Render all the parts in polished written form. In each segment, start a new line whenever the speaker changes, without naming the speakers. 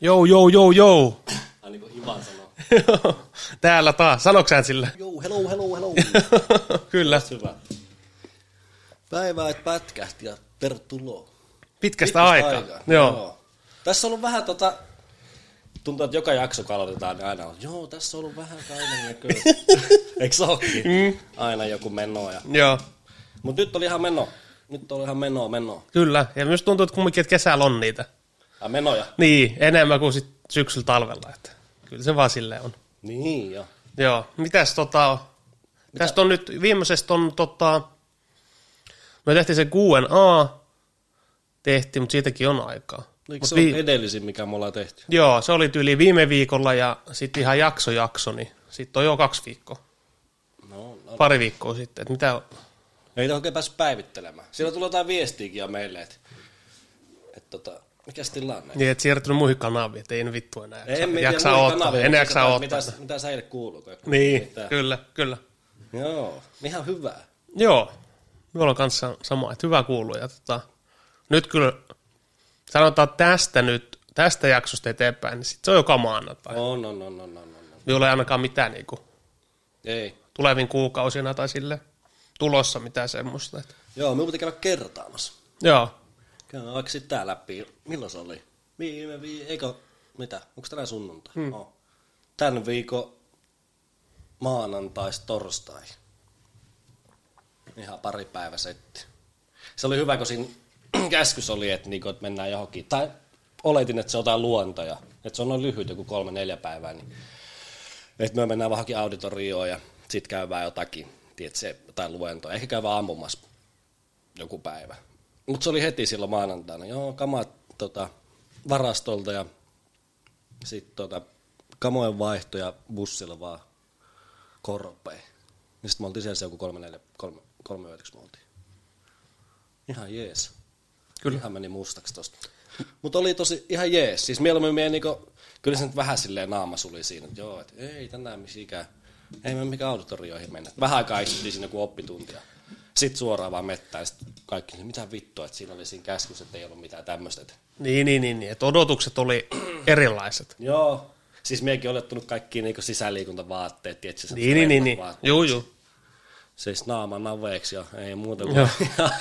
Jou, jou, jou, jou.
Ai niin kuin Ivan sanoo.
Täällä taas. Sanoks hän sille?
Jou, hello.
Kyllä.
Hyvä. Päivät pätkähti ja tervetuloa.
Pitkästä aikaa. Joo.
Tässä on ollut vähän tuntuu, että joka jakso kun aloitetaan, niin aina on, joo, tässä on ollut vähän kaiken näköistä. Eikö se olekin? Aina joku meno.
Joo.
Mut nyt oli ihan meno. Nyt oli ihan meno.
Kyllä. Ja myös tuntuu, että kumminkin, että kesällä on niitä.
Menoja?
Niin, enemmän kuin sit syksyllä talvella. Että kyllä se vaan silleen on.
Niin, joo.
Joo. Mitäs tästä on nyt, viimeisestä on me tehtiin se Q&A, mutta siitäkin on aikaa.
Eikö se ole edellisin, mikä me ollaan tehty?
Joo, se oli tyyli viime viikolla ja sitten ihan jakso, niin sitten on jo 2 viikkoa.
No.
Pari viikkoa sitten, että mitä...
Ei oikein päässyt päivittelemään. Siellä tulee jotain viestiäkin jo meille, että mikäs tilanne?
Niin, että siirtynyt muihin kanaviin, että ei ne vittu enää
jaksaa
odottaa.
Mitä säille kuuluu?
Niin, kyllä.
Joo, ihan hyvää.
Joo, minulla on kanssa sama, että hyvä kuuluu. Ja nyt kyllä sanotaan tästä jaksosta eteenpäin, niin sit se on joka maanantai.
On.
Minulla ei ainakaan mitään niinku
ei.
tulevin kuukausina tai sille tulossa mitään semmoista. Että.
Joo, me pitää käydä kertaamassa.
Joo.
Käydään vaikka sitten tää läpi. Milloin se oli? Eikö, mitä? Onko tänään sunnuntai? No. Tän viikon maanantais torstai. Ihan pari päivä setti. Se oli hyvä, kun siinä käskys oli, että mennään johonkin. Tai oletin, että se on jotain luontoja. Että se on noin lyhyt, joku 3-4 päivää. Niin, että me mennään johonkin auditorioon ja sit käydään jotakin, jotain luentoa. Ehkä käydään ampumassa joku päivä. Mutta se oli heti silloin maanantaina. Joo, kamat varastolta ja sitten kamojen vaihto ja bussilla vaan korpeen. Ja sitten me oltiin siellä joku 3 yötä, me oltiin. Ihan jees.
Kyllä.
Ihan meni mustaksi tosta. Mutta oli tosi ihan jees. Siis mieluummin kyllä se nyt vähän silleen naama suli siinä, että joo, että ei tänään misikään. Ei me mikään auditorioihin mennä. Vähän aikaa istuttiin siinä kuin oppituntia. Sitten suoraan vaan mettään. Sitten kaikki, mitä vittua, että siinä oli siinä käskys, että ei ollut mitään tämmöistä.
Niin, että odotukset oli erilaiset.
Joo. Siis miekin olen ottanut kaikki niinku sisäliikuntavaatteet, tietysti.
Niin. Juu.
Siis naama naveeksi ja ei muuta kuin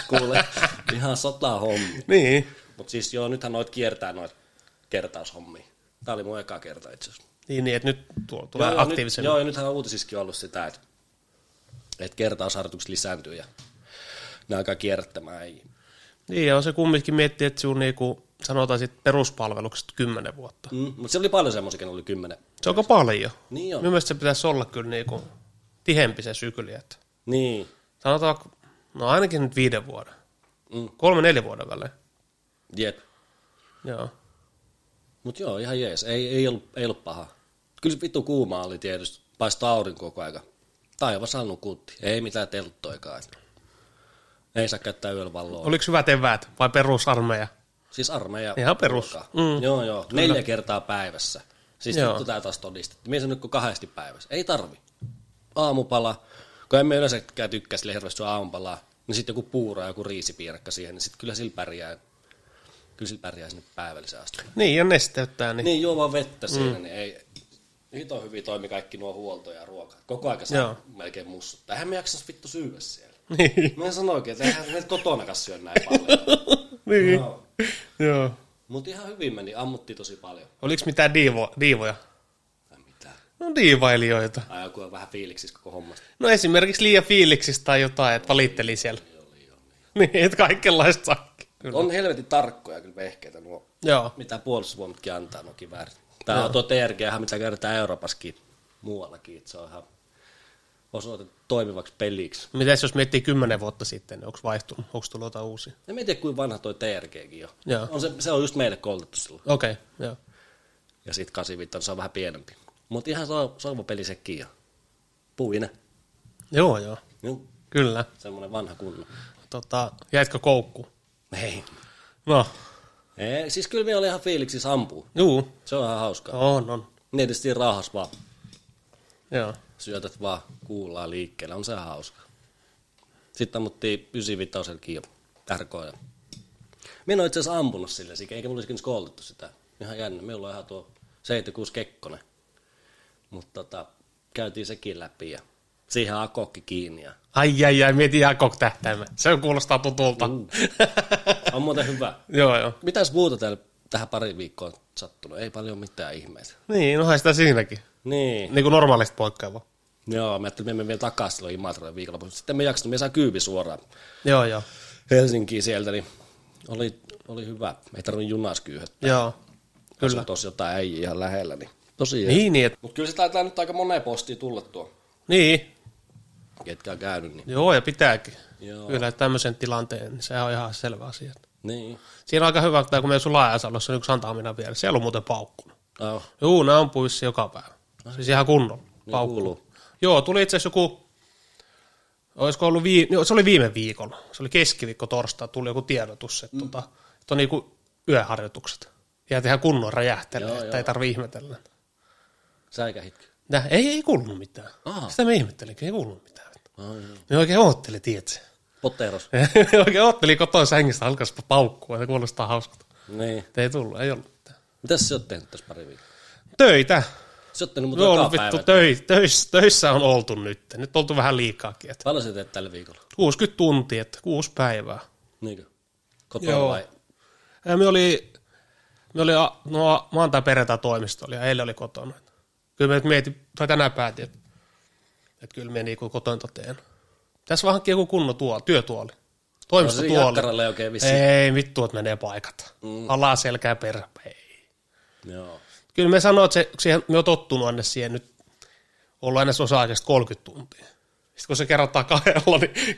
ihan sotahommi.
Niin.
Mutta siis joo, nythän noit kiertää noit kertaushommia. Tää oli mun eka kerta itse asiassa.
Niin, että nyt tulee aktiivisemmin.
Joo, ja nythän on uutisissakin ollut sitä, että kertausharjoitukset lisääntyy ja ne alkaa kierrättämään.
Niin, ja se kumminkin miettii, että sinun niinku, sanotaan sitten peruspalvelukset 10 vuotta.
Mutta se oli paljon semmoisia, kenellä oli 10.
Se onko paljon?
Niin on.
Mielestäni se pitäisi olla kyllä niinku tihempi se sykli. Että
niin.
sanotaan, no ainakin nyt 5 vuoden. 3-4 vuoden välein.
Jep.
Joo.
Mut joo, ihan jees. Ei ollut paha. Kyllä se vittu kuumaa oli tietysti. Paistaa aurinko koko aika. Taivas nukutti. Ei mitään telttoikaan. Ei saa käyttää yöllä valloa.
Oliko hyvät eväät vai perusarmeija?
Siis armeija.
Ihan perus.
Joo. Kyllä. 4 kertaa päivässä. Siis vittu tää taas todistettiin. Mies on nyt 2 päivässä. Ei tarvi. Aamupala. Kun emme yleensäkään tykkää sille hirveästi aamupalaa, niin sitten joku puuro ja joku riisipiirakka siihen, niin sitten kyllä sillä pärjää sinne päivälliseen asti.
Niin, ja nesteyttää.
Niin juo vaan vettä siinä, niin ei. Hito hyvin toimi kaikki nuo huolto ja ruoka. Koko aika saa melkein mussuttaa. Eihän me jaksas vittu syödä siellä.
Niin.
Mä sanoinkin, että eihän me kotonakaan syö näin paljon.
Niin. Joo.
Mutta ihan hyvin meni, ammuttiin tosi paljon.
Oliko mitään diivoja?
Tai mitään.
No diivailijoita.
Ai joku on vähän fiiliksissä koko hommasta.
No esimerkiksi liian fiiliksistä tai jotain, että valitteli siellä. Niin, että kaikenlaista sakki.
On helvetin tarkkoja kyllä vehkeitä nuo.
Joo.
Mitä puolustusvoimatkin antaa nuo kiväärit. Tää on tuo TRG, mitä käytetään Euroopassakin muuallakin, että se on ihan osoitettu toimivaksi peliksi.
Mitäs jos miettii 10 vuotta sitten, niin onko vaihtunut? Onko tullut jotain uusia?
En tiedä, kuinka vanha toi TRGkin jo.
Joo.
Se on just meille koulutettu silloin.
Okei, joo.
Ja sit 85, se on vähän pienempi. Mutta ihan soiva peli sekin jo. Puinen.
Joo.
Joo.
Kyllä.
Semmoinen vanha kunnon.
Jäitkö koukkuun?
Ei.
No.
Ei, siis kyllä minä olin ihan fiiliksissä ampuu.
Juu.
Se on ihan hauskaa.
On.
Tietysti rauhassa vaan.
Joo.
Syötät vaan kuullaan liikkeelle, on se ihan hauskaa. Sitten ammuttiin 95 jo tärkoja. Minä en ole itse asiassa ampunut sille, eikä mulla olisi koulutettu sitä. Ihan jännä. Meillä on ihan tuo 76 Kekkonen. Mutta käytiin sekin läpi ja siihen akokki kiinni. Ja...
Ai, mieti Akok-tähtäimen. Se kuulostaa tutulta.
On muuten hyvä.
Joo.
Mitäs muuta täällä tähän pari viikkoa on sattunut? Ei paljon mitään ihmeitä.
Niin, onhan sitä siinäkin.
Niin.
Niin kuin normaalista poikkeava.
Joo, mä ajattelin, että me menen vielä takaisin silloin Imatralle viikolla, mutta sitten me jaksanut, me saa kyypi suoraan
Joo.
Helsinkiin sieltä, niin oli hyvä. Ei tarvinnut junas kyyhöttää.
Joo, kyllä.
Tosi jotain äijä ihan lähellä, niin tosiaan.
Niin.
Mutta kyllä se taitaa nyt aika moneen postiin tulla tuo,
Niin.
ketkä on käynyt. Niin.
Joo, ja pitääkin.
Joo.
Kyllä tämmöisen tilanteen, niin se on ihan selvä asia.
Niin.
Siinä on aika hyvä, että kun me sun Laajasalossa on yksi Antaamina vielä, siellä on muuten paukkunut.
Oh.
Joo, ne ampuu vissiin joka päivä. Siis ihan kunnolla.
Kuuluu.
Joo, tuli itse asiassa joku, olisiko ollut se oli viime viikolla. Se oli keskiviikko, torstai, tuli joku tiedotus, että on niinku yöharjoitukset. Ja tehdään kunnon räjähtelee, että ei tarvitse ihmetellä.
Säikähitkö?
Ei kuulunut mitään.
Aha.
Sitä me ihmettelinkin, ei kuulunut mitään. Me oikein ootteli, tiedätkö?
Potteros.
Me oikein ootteli kotoa sängistä, alkaisi paukkua, se kuulostaa hauskalta.
Niin.
Ei tullut, ei ollut mitään.
Mitäs sä oot tehnyt tässä pari viikkoa?
Töitä.
Sä oot tehnyt joka päivä.
Töissä on oltu nyt. Nyt on oltu vähän liikaakin.
Paljon sä teet tällä viikolla?
60 tuntia, 6 päivää.
Niinkö? Kotona vai?
Me oli maanantai perjantai toimistolla ja eilen oli kotona. Kyllä me tänään päätin, että kyllä me niinku kotona teen. Tässä vaan hankkii joku kunnon työtuoli. Toimistotuoli.
Jakkaralle oikein vissiin.
Ei, vittu, että menee paikat. Alaa selkää perä. Ei.
Joo.
Kyllä me sanoo, että me on tottunut aina siihen nyt ollut aina osa-aikaisesti 30 tuntia. Sitten kun se kerrotaan 2, niin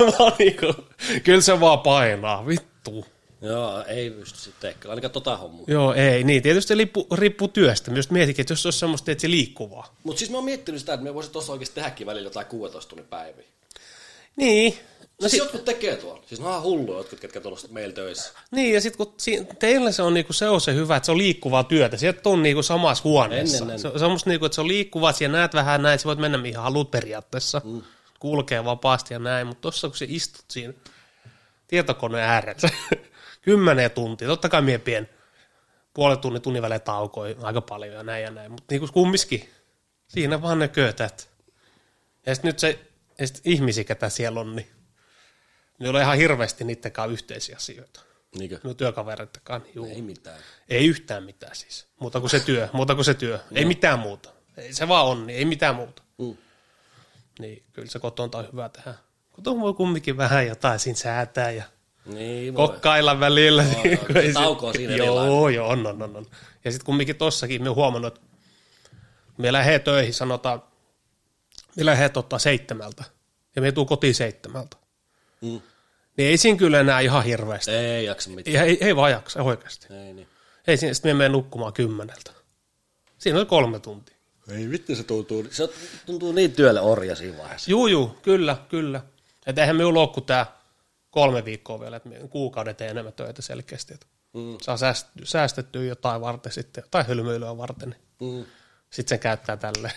kyllä se vaan painaa, vittu.
Joo, ei pysty sitten ehkä, ainakaan tota hommaa.
Joo, ei, niin tietysti riippuu työstä. Myös mietinkin, että jos se olisi semmoista, että se liikkuvaa.
Mutta siis mä oon miettinyt sitä, että me voisin tuossa oikeasti tehdäkin välillä jotain 16 tunnin päiviä.
Niin.
No siis jotkut tekee tuolla. Siis ne on hulluja jotkut, ketkä tuolla meillä töissä.
Niin, ja sitten kun teillä se on, niinku, se on se hyvä, että se on liikkuvaa työtä. Sieltä on niinku samassa huoneessa.
Ennen.
Se on semmoista, niinku, että se on liikkuvaa, siellä näet vähän näin, sä voit mennä mihin haluat periaatteessa. Kulkee vapaasti ja näin, mutta tossa kun sä istut siinä tietokoneen ääressä 10 tuntia, totta kai mie pien puolen tunnin välein taukoi aika paljon ja näin, mutta niinku kumminkin siinä vaan ne köötät. Ja sitten nyt se ihmisiä, ketä siellä on, niin ne on ihan hirveästi niittenkaan yhteisiä asioita.
Niinkö?
No työkavereitakaan.
Ei mitään.
Ei yhtään mitään siis. Muuta kuin se työ. Ei mitään muuta. Ei, se vaan on, niin ei mitään muuta. Niin, kyllä se kotona on hyvä tehdä. Kotona voi kumminkin vähän jotain siinä säätää ja
niin voi.
kokkailla välillä.
Joo, se tauko on siinä
Joo, on. Ja sitten kumminkin tossakin me huomannut, että me lähdee töihin, sanotaan, me lähdee 7 ja me tuu kotiin 7. Niin ei siinä kyllä enää ihan hirveästi.
Ei jaksa mitään.
Ei vaan jaksa oikeasti.
Ei niin.
Ei siinä, sitten me menen nukkumaan 10. Siinä oli 3 tuntia.
Ei vittu se tuntuu niin työlle orja siinä vaiheessa.
Juu, kyllä. Että eihän minulla ole kuin tämä 3 viikkoa vielä, että kuukauden tee enemmän töitä selkeästi. Että saa säästettyä jotain varten sitten, jotain hölmöilyä varten. Sitten sen käyttää tälleen.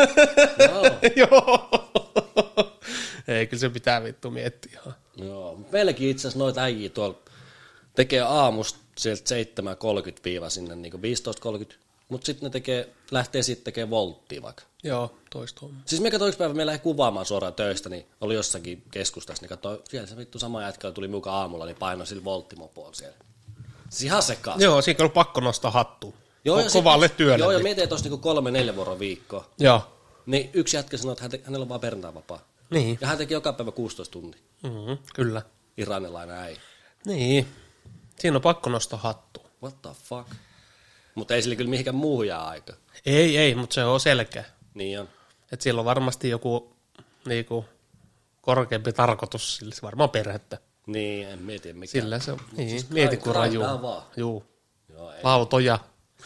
Joo. Ei, kyllä se pitää vittu miettiä ihan.
Joo, meilläkin itse asiassa noita äijiä tuolla tekee aamusta sieltä 7.30 sinne niin 15.30, mutta sitten ne lähtee sitten tekemään volttia vaikka.
Joo, toista.
Siis me katsoin yksi päivä, me lähdin kuvaamaan suoraan töistä, niin oli jossakin keskustassa, niin katsoin, siellä se vittu sama jätkä tuli mukaan aamulla, niin painoi sillä volttimopolla siellä. Siis ihan sekaan.
Joo, siinä on pakko nostaa hattua.
Joo,
kovalle työlle.
Joo, ja mietin tuossa niin 3-4 vuoroa viikkoa.
Joo.
Niin yksi jätkä sanoi, että hänellä on vaan perjantai vapaa.
Niin.
Ja hän teki joka päivä 16 tuntia.
Kyllä.
Iranilainen äijä.
Niin. Siinä on pakko nostaa hattua.
What the fuck? Mutta ei sillä kyllä mihinkään muuhun jää aika.
Ei, mutta se on selkeä.
Niin on.
Että sillä on varmasti joku niinku, korkeampi tarkoitus, sillä se varmaan perhettä.
Niin, en mieti mikä.
Sillä se on. Niin,
siis
mieti kun raju.
Joo,
lautoja.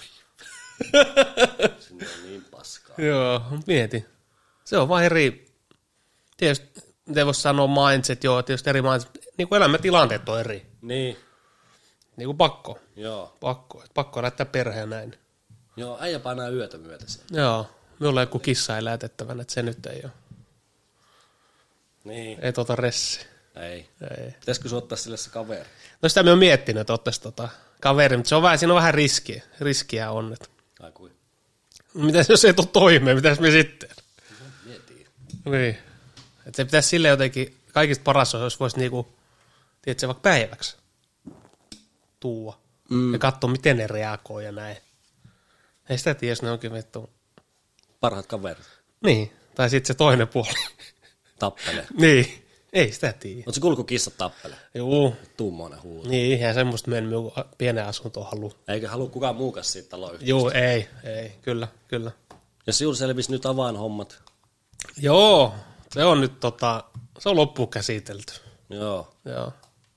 Sinne on niin paskaa.
Joo, mieti. Se on vaan eri, tietysti, miten voisi sanoa mindset, joo, tietysti eri mindset, niin kuin elämäntilanteet on eri.
Niin.
Niin kuin pakko.
Joo.
Pakko lähteä perheen näin.
Joo, äijä painaa yötä myötä sen.
Joo, minulla on joku kissa elätettävänä, että se nyt ei ole.
Niin.
Ei ressi.
Ei.
Ei.
Pitäisikö sun ottaa sille se kaveri?
No sitä me on miettinyt, että ottaisi kaveri, mutta siinä on vähän riskiä on. Että.
Ai kuin?
Mitäs jos ei tule toimeen, mitäs me sitten?
Mietin.
Niin. Että se pitäisi silleen jotenkin, kaikista paras olisi, jos voisi niinku, tiedätkö, vaikka päiväksi tuua ja katsoa, miten ne reagoi ja näin. Ei sitä tiedä, jos ne onkin vittu.
Parhaat kaverit.
Niin, tai sitten se toinen puoli.
Tappelee.
Niin, ei sitä tiedä.
Mutta se kuuluu kissat tappelee.
Juu.
Tuummoinen huuto.
Niin, eihän semmoista mennyt pienen asuntoon halua.
Eikä halua kukaan muukas siitä taloyhtiöstä.
Joo, ei, kyllä.
Ja sinulla selvisi nyt avainhommat.
Joo, se on nyt se on loppuun käsitelty.
Joo.
Joo.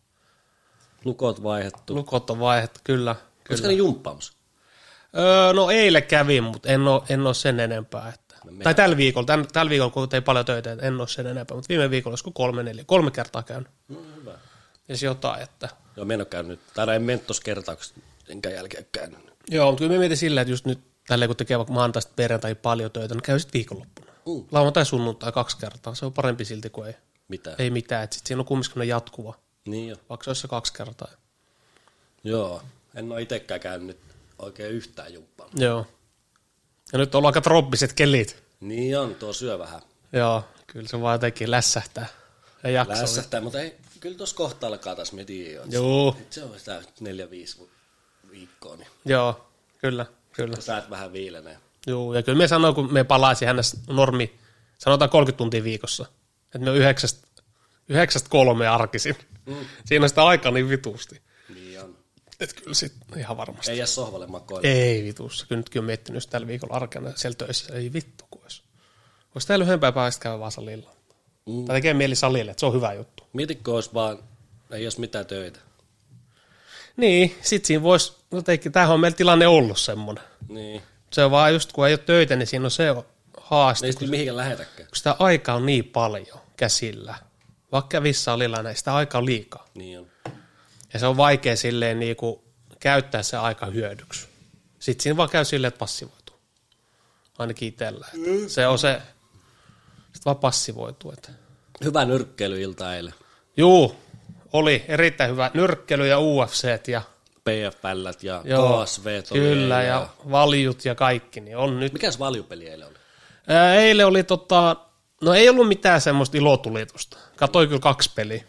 Lukot vaihdettu.
Lukot on vaihdettu, kyllä.
Koska ne jumppaamassa?
No eilen kävin, mutta en ole sen enempää. Että. Tai tällä viikolla, kun ei paljon töitä, en ole sen enempää, mutta viime viikolla olisiko 3 kertaa käynyt.
Hyvä.
Ja se jotain, että.
Joo, minä en ole käynyt. Tai en mennyt tuossa kertauksessa, enkä jälkeen käynyt.
Joo, mutta kyllä mä mietin sillä, että just nyt tälleen, kun tekee vaikka maantaista perjantai paljon töitä, niin käy sitten viikonloppuna. Lauantai sunnuntai 2 kertaa, se on parempi silti kuin ei.
Mitä?
Ei mitään, että sitten siinä on kumminkin jatkuva.
Niin jo.
Vaikka se olisi se 2 kertaa.
Joo, en ole itsekään käynyt oikein yhtään jumppaa.
Joo. Ja nyt on aika troppiset kelit.
Niin on, tuo syö vähän.
Joo, kyllä se vaan jotenkin lässähtää. Ja jaksaa.
Lässähtää, mutta ei, kyllä tuossa kohta alkaa taas media.
Joo.
Se on sitä 4-5 viikkoa. Niin.
Joo, kyllä.
Sä et vähän viilenee.
Joo, ja kyllä me sanoin, kun me palaisin hänestä normi, sanotaan 30 tuntia viikossa, että me on 9-3 arkisin. Siinä on sitä aikaa niin vitusti.
Niin on.
Että kyllä sitten ihan varmasti.
Ei jää sohvalle makoille.
Ei vitussa. Kyllä nytkin on miettinyt tällä viikolla arkena siellä töissä. Ei vittu kun olisi. Olisi täällä yhdempää päästä käydä vaan salilla. Tai tekee mieli salille, että se on hyvä juttu.
Mietitkö olisi vaan, ei olisi mitään töitä.
Niin, sit siinä voisi, jotenkin, tämähän on meillä tilanne ollut semmoinen.
Niin.
Se on vaan just, kun ei ole töitä, niin siinä on se haaste.
Ei sitten mihinkään lähetäkään.
Kun sitä aikaa on niin paljon käsillä. Vaikka kävisi salilla, niin sitä aikaa on liikaa.
Niin on.
Ja se on vaikea silleen niinku käyttää se aika hyödyksi. Sitten siinä vaan käy silleen, että passivoituu. Ainakin itsellä. Se on se, sitten vaan passivoituu. Että.
Hyvä nyrkkeilyilta eilen.
Juu, oli erittäin hyvä nyrkkely ja UFCt ja
PFL:t ja KSV.
Kyllä, ja valjut ja kaikki. Niin on nyt.
Mikäs valjupeli eilen oli?
Eilen oli no ei ollut mitään semmoista ilotulitusta. Katsoin kyllä 2 peliä.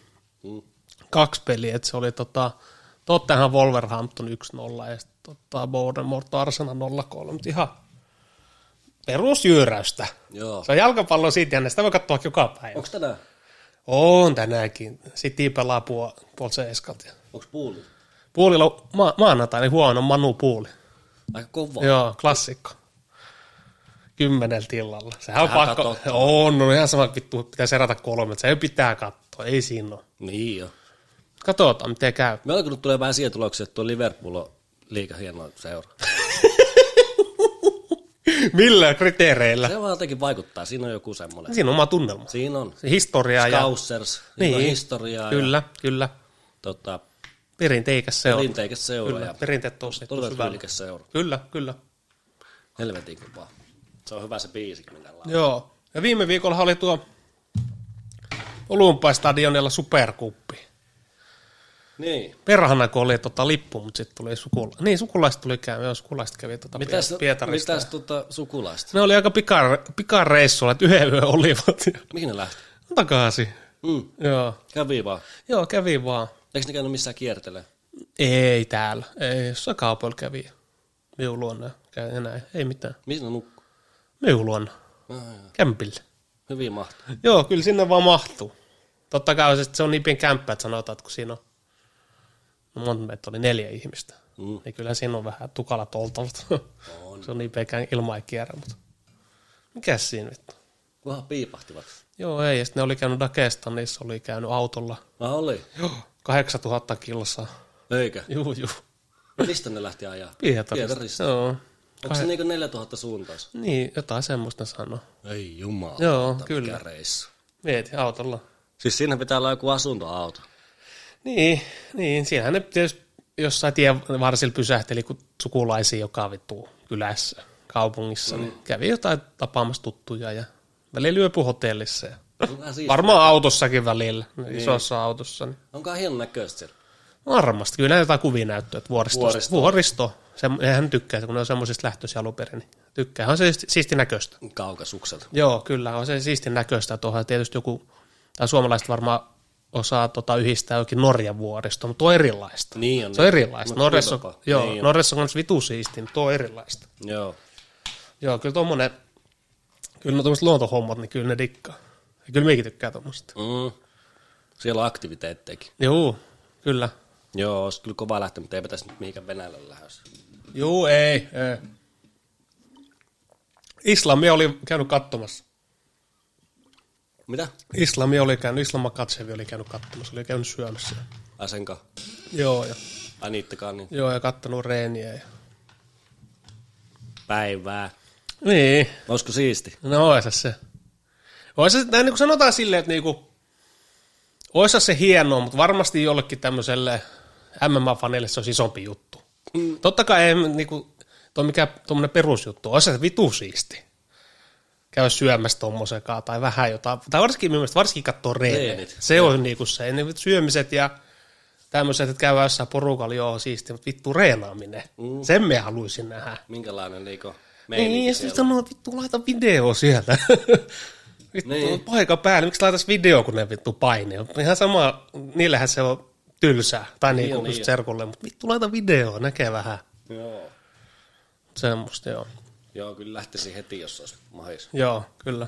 2 peliä, että se oli Tottenham Wolverhampton 1-0 ja sitten Bournemouth Arsenal 0-3, mutta ihan perusjyyräystä.
Joo.
Se on jalkapallo siitä jännä, sitä voi katsoa joka päivä.
Onko tänään?
On tänäänkin. City pelaa puolta seiskalta.
Onko puuli?
Puulilla on maanantai, niin huono on Manu Puuli.
Aika kova.
Joo, klassikko. 10 illalla. Sehän on pakko.
Totta.
On ihan sama vittu, pitää serata 3, se pitää katsoa, ei siinä ole.
Niin jo.
Katsotaan, miten käy.
Me alkanut tulee vähän siihen tulokseen, että tuo Liverpool on liiga hieno seura.
Millä kriteereillä?
Se vaan jotenkin vaikuttaa, siinä on joku semmoinen.
Siinä on oma tunnelma.
Siinä on.
Se historiaa
Scousers,
niin.
On historiaa.
Kyllä.
Ja,
perinteikäs seura.
Perinteikäs seura.
Kyllä,
Ja
perinteet on se.
todella tyylikäs seura.
Kyllä.
Helvetin kovaa. Se on hyvä se biisi, mitä laulaa.
Joo. Ja viime viikolla oli tuo Olympiastadionilla superkuppi.
Niin.
Perhana, kun oli lippu, mutta sitten tuli sukulaiset tuli käymään. Joo, sukulaiset kävi Pietarista.
Mitäs sukulaista?
Ne oli aika pikareissulla, että 1 yö olivat.
Mihin ne lähti?
Takaisin. Joo.
Kävi vaan.
Joo, kävi vaan.
Eikö ne käynyt missään kiertelee?
Ei täällä. Ei, jossain kaupoilla kävi. Minun luona käy enää. Ei mitään.
Missä ne nukkuu?
Minun luona. Kämpillä.
Hyvin mahtuu.
Joo, kyllä sinne vaan mahtuu. Totta kai se on niin pieni kämppä, että sanotaan, että kun siinä on, no monta meitä oli 4 ihmistä, niin kyllä siinä on vähän tukalat oltavat. Se on niin pieni ilma ei kierrä, mutta mikäs siinä vittu?
Kunhan piipahtivat.
Joo, ei, ja sitten ne oli käynyt Dagestanissa, oli käynyt autolla.
Oli?
Joo, 8000 kilsaa.
Eikä?
Juu.
Mistä ne lähti ajaa?
Pietarista. Joo.
Onko se niinku 4000 suuntaus?
Niin, jotain semmoista sanoo.
Ei jumala.
Joo, kyllä.
Reissu.
Mieti, autolla.
Siis siinä pitää olla joku asuntoauto.
Niin, siinähän ne tietysti jossain tien varsilla pysähteli, kun sukulaisia joka vittu kylässä, kaupungissa, niin kävi jotain tapaamassa tuttuja ja välillä yöpy hotellissa. Varmaan autossakin välillä, isossa autossa. Niin.
Onkohan hienon näköistä siellä?
Varmasti, kyllä jotain kuvia näyttää, että vuoristo. Hän tykkää, kun ne on semmoisista lähtöisiä alun perin. Niin tykkää, on se siisti näköistä.
Kaukasukselta.
Joo, kyllä, on se siisti näköistä. Tuohon tietysti joku, tai suomalaiset varmaan osaa yhdistää jokin Norjan vuoristo, mutta tuo on erilaista.
Niin on.
Se on erilaista. Norjassa
niin
Norjassa on vitu siisti, mutta tuo on erilaista.
Joo.
Joo, kyllä tuommoinen, kyllä no tuommoiset luontohommat, niin kyllä ne dikkaa. Ja kyllä meikin tykkää tuommoista.
Siellä on aktiviteettejakin.
Joo, kyllä.
Joo, olisi kyllä kova lähtö, mutta eipä tässä nyt mihinkään Venäjälle lähdössä.
Joo, ei. Islami oli käynyt katsomassa.
Mitä?
Islam Makatsevi oli käynyt katsomassa, oli käynyt syömässä.
Asenka?
Joo, ja
Aniittakaan niin.
joo, ja kattonut reeniä. Ja
Päivää.
niin.
Olisiko siisti?
No oisa se. Oisa se, niin kuin sanotaan silleen, että niinku, oisa se hienoa, mutta varmasti jollekin tämmöiselle MMA-faneille se olisi isompi juttu. Totta kai ei niinku, tuommoinen perusjuttu, oisa se vitu siisti. Käy syömässä tommosekaan tai vähän jotain. Tai varsinkin katsoo reenit. Se on niinku se. Ne syömiset ja tämmöiset, että käydään jossain porukalla, joo siisti, mutta vittu reenaaminen. Sen me haluaisin nähdä.
Minkälainen niinku
meininki siellä? Ei, ja sanoo, että vittu laita video sieltä. Vittu niin. Paikan päälle, miksi laitais video, kun ne vittu painii? Ihan sama, niillähän se on tylsää, tai niinku just serkulle, mutta vittu laita video, näkee vähän.
Joo.
Semmosta, joo.
Joo, kyllä lähtisi heti, jos olisi mahis.
Joo, kyllä.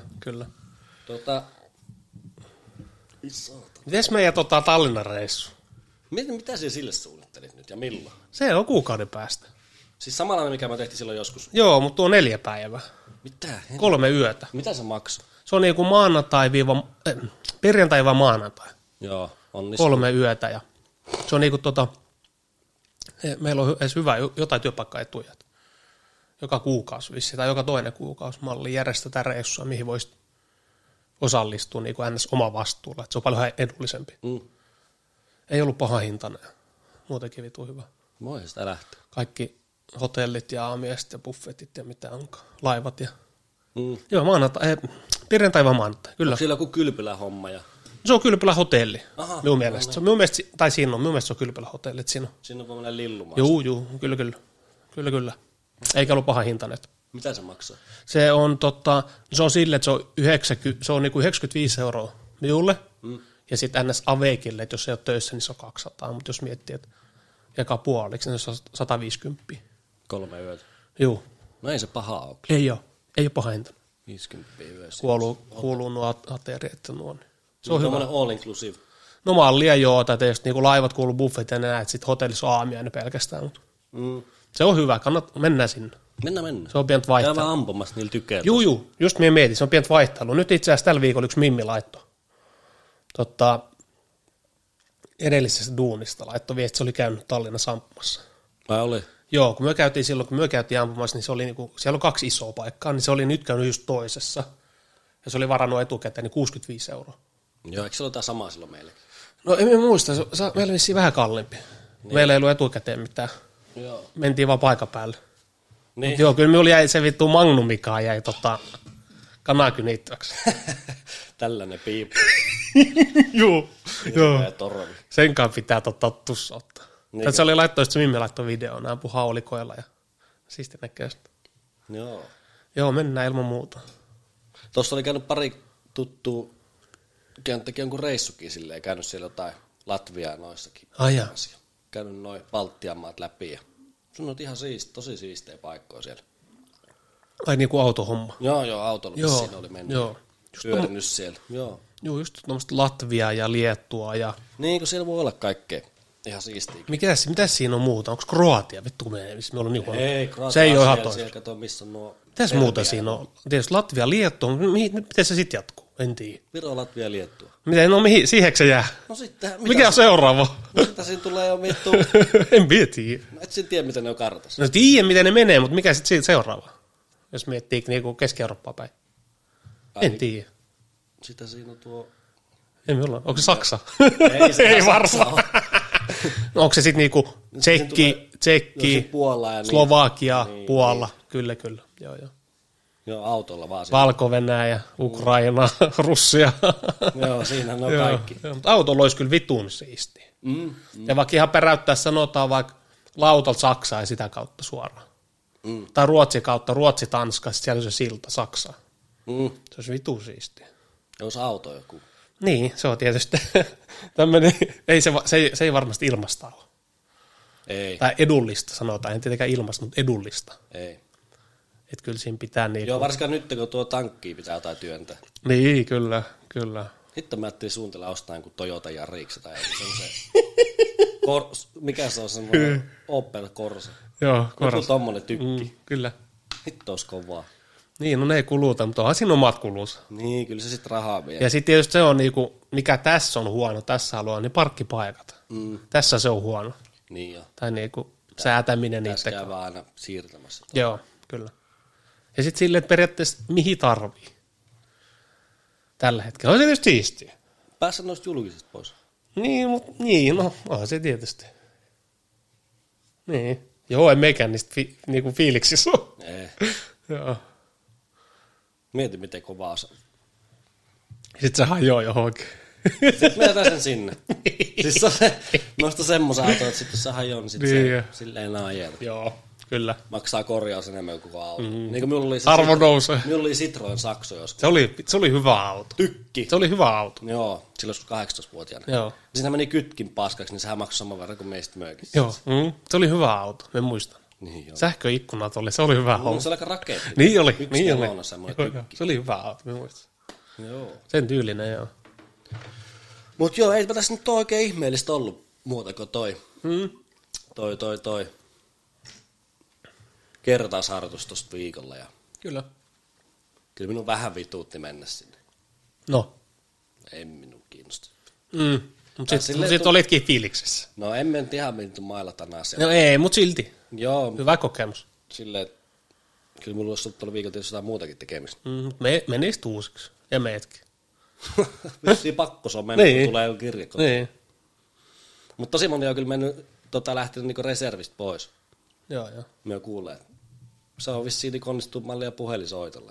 Mites meidän Tallinnan reissu?
Mitä sinä sille suunnittelit nyt ja milloin?
Se on kuukauden päästä.
Siis samanlainen, mikä me tehtiin silloin joskus?
Joo, mutta tuo on 4 päivää.
Mitä?
3 yötä.
Mitä se maksoi? Se
on niinku perjantai-maanantai.
Joo, onnistuu.
3 yötä ja se on niinku meillä on edes hyvä jotain työpaikkaetuja. Joka kuukausi vissi, tai joka toinen kuukausi malli järjestetään reissua, mihin voisi osallistua niin kuin ns. Oma vastuulla. Että se on paljon edullisempi. Ei ollut paha hintainen. Muutenkin vitu hyvä.
Voi sitä lähteä.
Kaikki hotellit ja aamiaiset ja buffetit ja mitä onkaan. Laivat ja... Joo, perjantai vai maanantai, kyllä.
Onko siellä joku kylpylän homma?
Se on kylpylän hotelli. Aha, minun mielestä. Se on minun mielestä se on kylpylän hotelli. Siinä
on tämmöinen lillumaista.
Joo, kyllä. Eikä ollut paha hintainen.
Mitä se maksaa?
Se on se on sille, että se on niinku 95 € minulle. Ja sitten ns. Avekille, että jos ei ole töissä, niin se on 200. Mutta jos miettii, että joka puoliksi, niin se on 150.
3 yötä.
Joo.
No ei se paha ole.
Ei ole paha hintainen.
50 yössä.
Kuuluu nuo ateriat ja nuo.
Se on hyvä. All inclusive.
No mallia joo, tai tietysti niinku laivat kuuluu buffet ja näet, sitten hotellissa on aamiainen pelkästään. Mutta se on hyvä, mennään sinne.
Mennään.
Se on pientä vaihtelua.
Käy vaan ampumassa niillä tykeillä.
Juu, just minä mietin, se on pientä vaihtelua. Nyt itse asiassa tällä viikolla yksi Mimmi laittoi. Edellisestä duunista laittoi viesti, se oli käynyt Tallinnassa ampumassa.
Vai oli?
Joo, kun me käytiin ampumassa, niin se oli niinku, siellä on 2 isoa paikkaa, niin se oli nyt käynyt just toisessa. Ja se oli varannut etukäteen niin 65 €.
Joo, eikö se ole jotain samaa silloin meillekin?
No en muista, meillä oli vähän kalliimpi. Niin. Meillä ei ollut etukäteen mitään.
Joo.
Mentiin vaan paikan päälle.
Niin.
Joo, kyllä minulla jäi se vittu Magnumikaan jäi kanakynittyväksi.
Tällainen piipu.
Joo.
Senkaan
pitää tussa ottaa. Niin. Se oli se Mimmi laittoi videoon, nämä ampui haulikoilla ja siisti näkee sitä. Joo, mennään ilman muuta.
Tuossa oli käynyt pari tuttua, teki jonkun reissukin silleen, käynyt siellä jotain Latviaa noissakin. Käynyt noin Baltian maat läpi ja sun on ihan tosi siistejä paikkoja siellä.
Ai niin kuin autohomma.
Joo, autolla siinä oli mennyt.
Joo.
Pyörinyt siellä. Joo,
just tuommoista Latviaa ja Liettua ja...
Niin, kun siellä voi olla kaikkea ihan siistiä.
Mitä siinä on muuta? Onko Kroatia? Vittu missä me ollaan niin huono.
Ei, Kroatia
se ei ole ihan
siellä kato, missä on nuo...
Mitäs muuta siinä on? Tietysti Latvia, Liettua, miten se sitten jatkuu? En tiedä.
Viro, Latvia, Liettua.
Siihen se jää?
No sitten...
Mikä on seuraava?
Mitä siinä tulee jo vittu?
En tiedä.
Et siinä tiedä, miten ne on kartassa.
No tiedän, miten ne menee, mutta mikä sitten seuraava? Jos miettii niinku Keski-Eurooppaa päin. En tiedä.
Sitä siinä on tuo...
Ei me olla. Onko se Saksa?
Ei
varmaan. No, onko se sitten niinku Tsekki,
Puola ja
Slovakia,
niin,
Puola. Kyllä. Joo.
Joo, autolla vaan.
Valko-Venäjä, Ukraina, Russia.
Joo, siinä on kaikki.
Joo, mutta autolla olisi kyllä vitun siistiä. Ja vaikka ihan peräyttää sanotaan vaikka lautalta Saksaa ja sitä kautta suoraan. Tai Ruotsin kautta, Ruotsi-Tanska, sitten siellä on se silta Saksaa. Se olisi vitun siistiä.
Olisi auto joku.
Niin, se on tietysti tämmöinen, se ei varmasti ilmasta ole.
Ei.
Tai edullista sanotaan, en tietenkään ilmasta, mutta edullista.
Ei.
Että kyllä siinä pitää niinku...
Joo, varsinkaan nyt, kun tuo tankki pitää jotain työntää.
Niin, kyllä.
Hitto mä ajattelin suunnitella ostaa joku Toyota Yaris tai semmoisen... mikä se on semmoinen Opel Corsa?
Joo, Corsa.
Joku tommonen tykki.
Kyllä.
Hitto olisi kovaa.
Niin, no ne ei kuluta, mutta onhan siinä omat kulunsa.
Niin, kyllä se sitten rahaa vie.
Ja sitten tietysti se on niinku, mikä tässä on huono, tässä haluaa, niin parkkipaikat. Tässä se on huono.
Niin jo.
Tai niinku säätäminen
Tässä
niitä.
käy vaan aina siirtämässä.
Joo, kyllä. Ja sitten silleen, että periaatteessa mihin tarvii tällä hetkellä. On se tietysti siistiä.
Päässä noista julkisista pois.
Niin, no onhan se tietysti. Niin. Joo, ei meikään niistä niinku fiiliksissä ole.
Ei.
Joo.
Mieti, miten kovaa se on.
Sitten se hajoaa johonkin.
Sitten me jätän sen sinne. Siis se nosta semmoisen auton, että sitten se hajoaa, niin sitten
Niin.
se silleen ajella.
Joo, kyllä.
Maksaa korjaus enemmän kuin koko auto. Niin kuin minulla oli
Arvo nousee.
Minulla oli Citroen Saxo joskus.
Se oli hyvä auto.
Tykki.
Se oli hyvä auto.
Joo, silloin joskus 18-vuotiaana.
Joo.
Siinä meni kytkin paskaksi, niin sehän maksoi saman verran kuin meistä möökissä.
Joo, se oli hyvä auto, me muistan.
Niin joo.
Sähköikkunat oli, se oli hyvä
No,
homma.
se oli aika raketti.
Niin oli,
Yksi
niin
nelonen
oli.
semmoinen
Joo,
tykki.
se oli hyvä auto, me muistan.
Joo.
Sen tyylinen, joo.
Mut joo, eipä tässä nyt oikein ihmeellistä ollut muuta kuin toi kertausharjoitus tosta viikolla. Ja
Kyllä.
kyllä minun vähän vituutti mennä sinne.
No.
Ei minun kiinnosta.
Mutta
silleen
sit olitkin fiiliksissä.
No en nyt ihan menty mailata asiaa.
No ei, mutta silti.
Joo,
Hyvä kokemus.
silleen, kyllä mulla olisi ollut tuolla viikolla tietysti jotain muutakin tekemistä.
Me niistä uusiksi. Ja meetkin.
Vissiin pakko se on mennyt,
Niin.
kun tulee joku kirja.
Niin.
Mutta tosi moni on kyllä mennyt, lähtenyt niinku reservistä pois.
Joo.
Me kuulee, että se on vissiin niin onnistuu mallia puhelinsoitolla.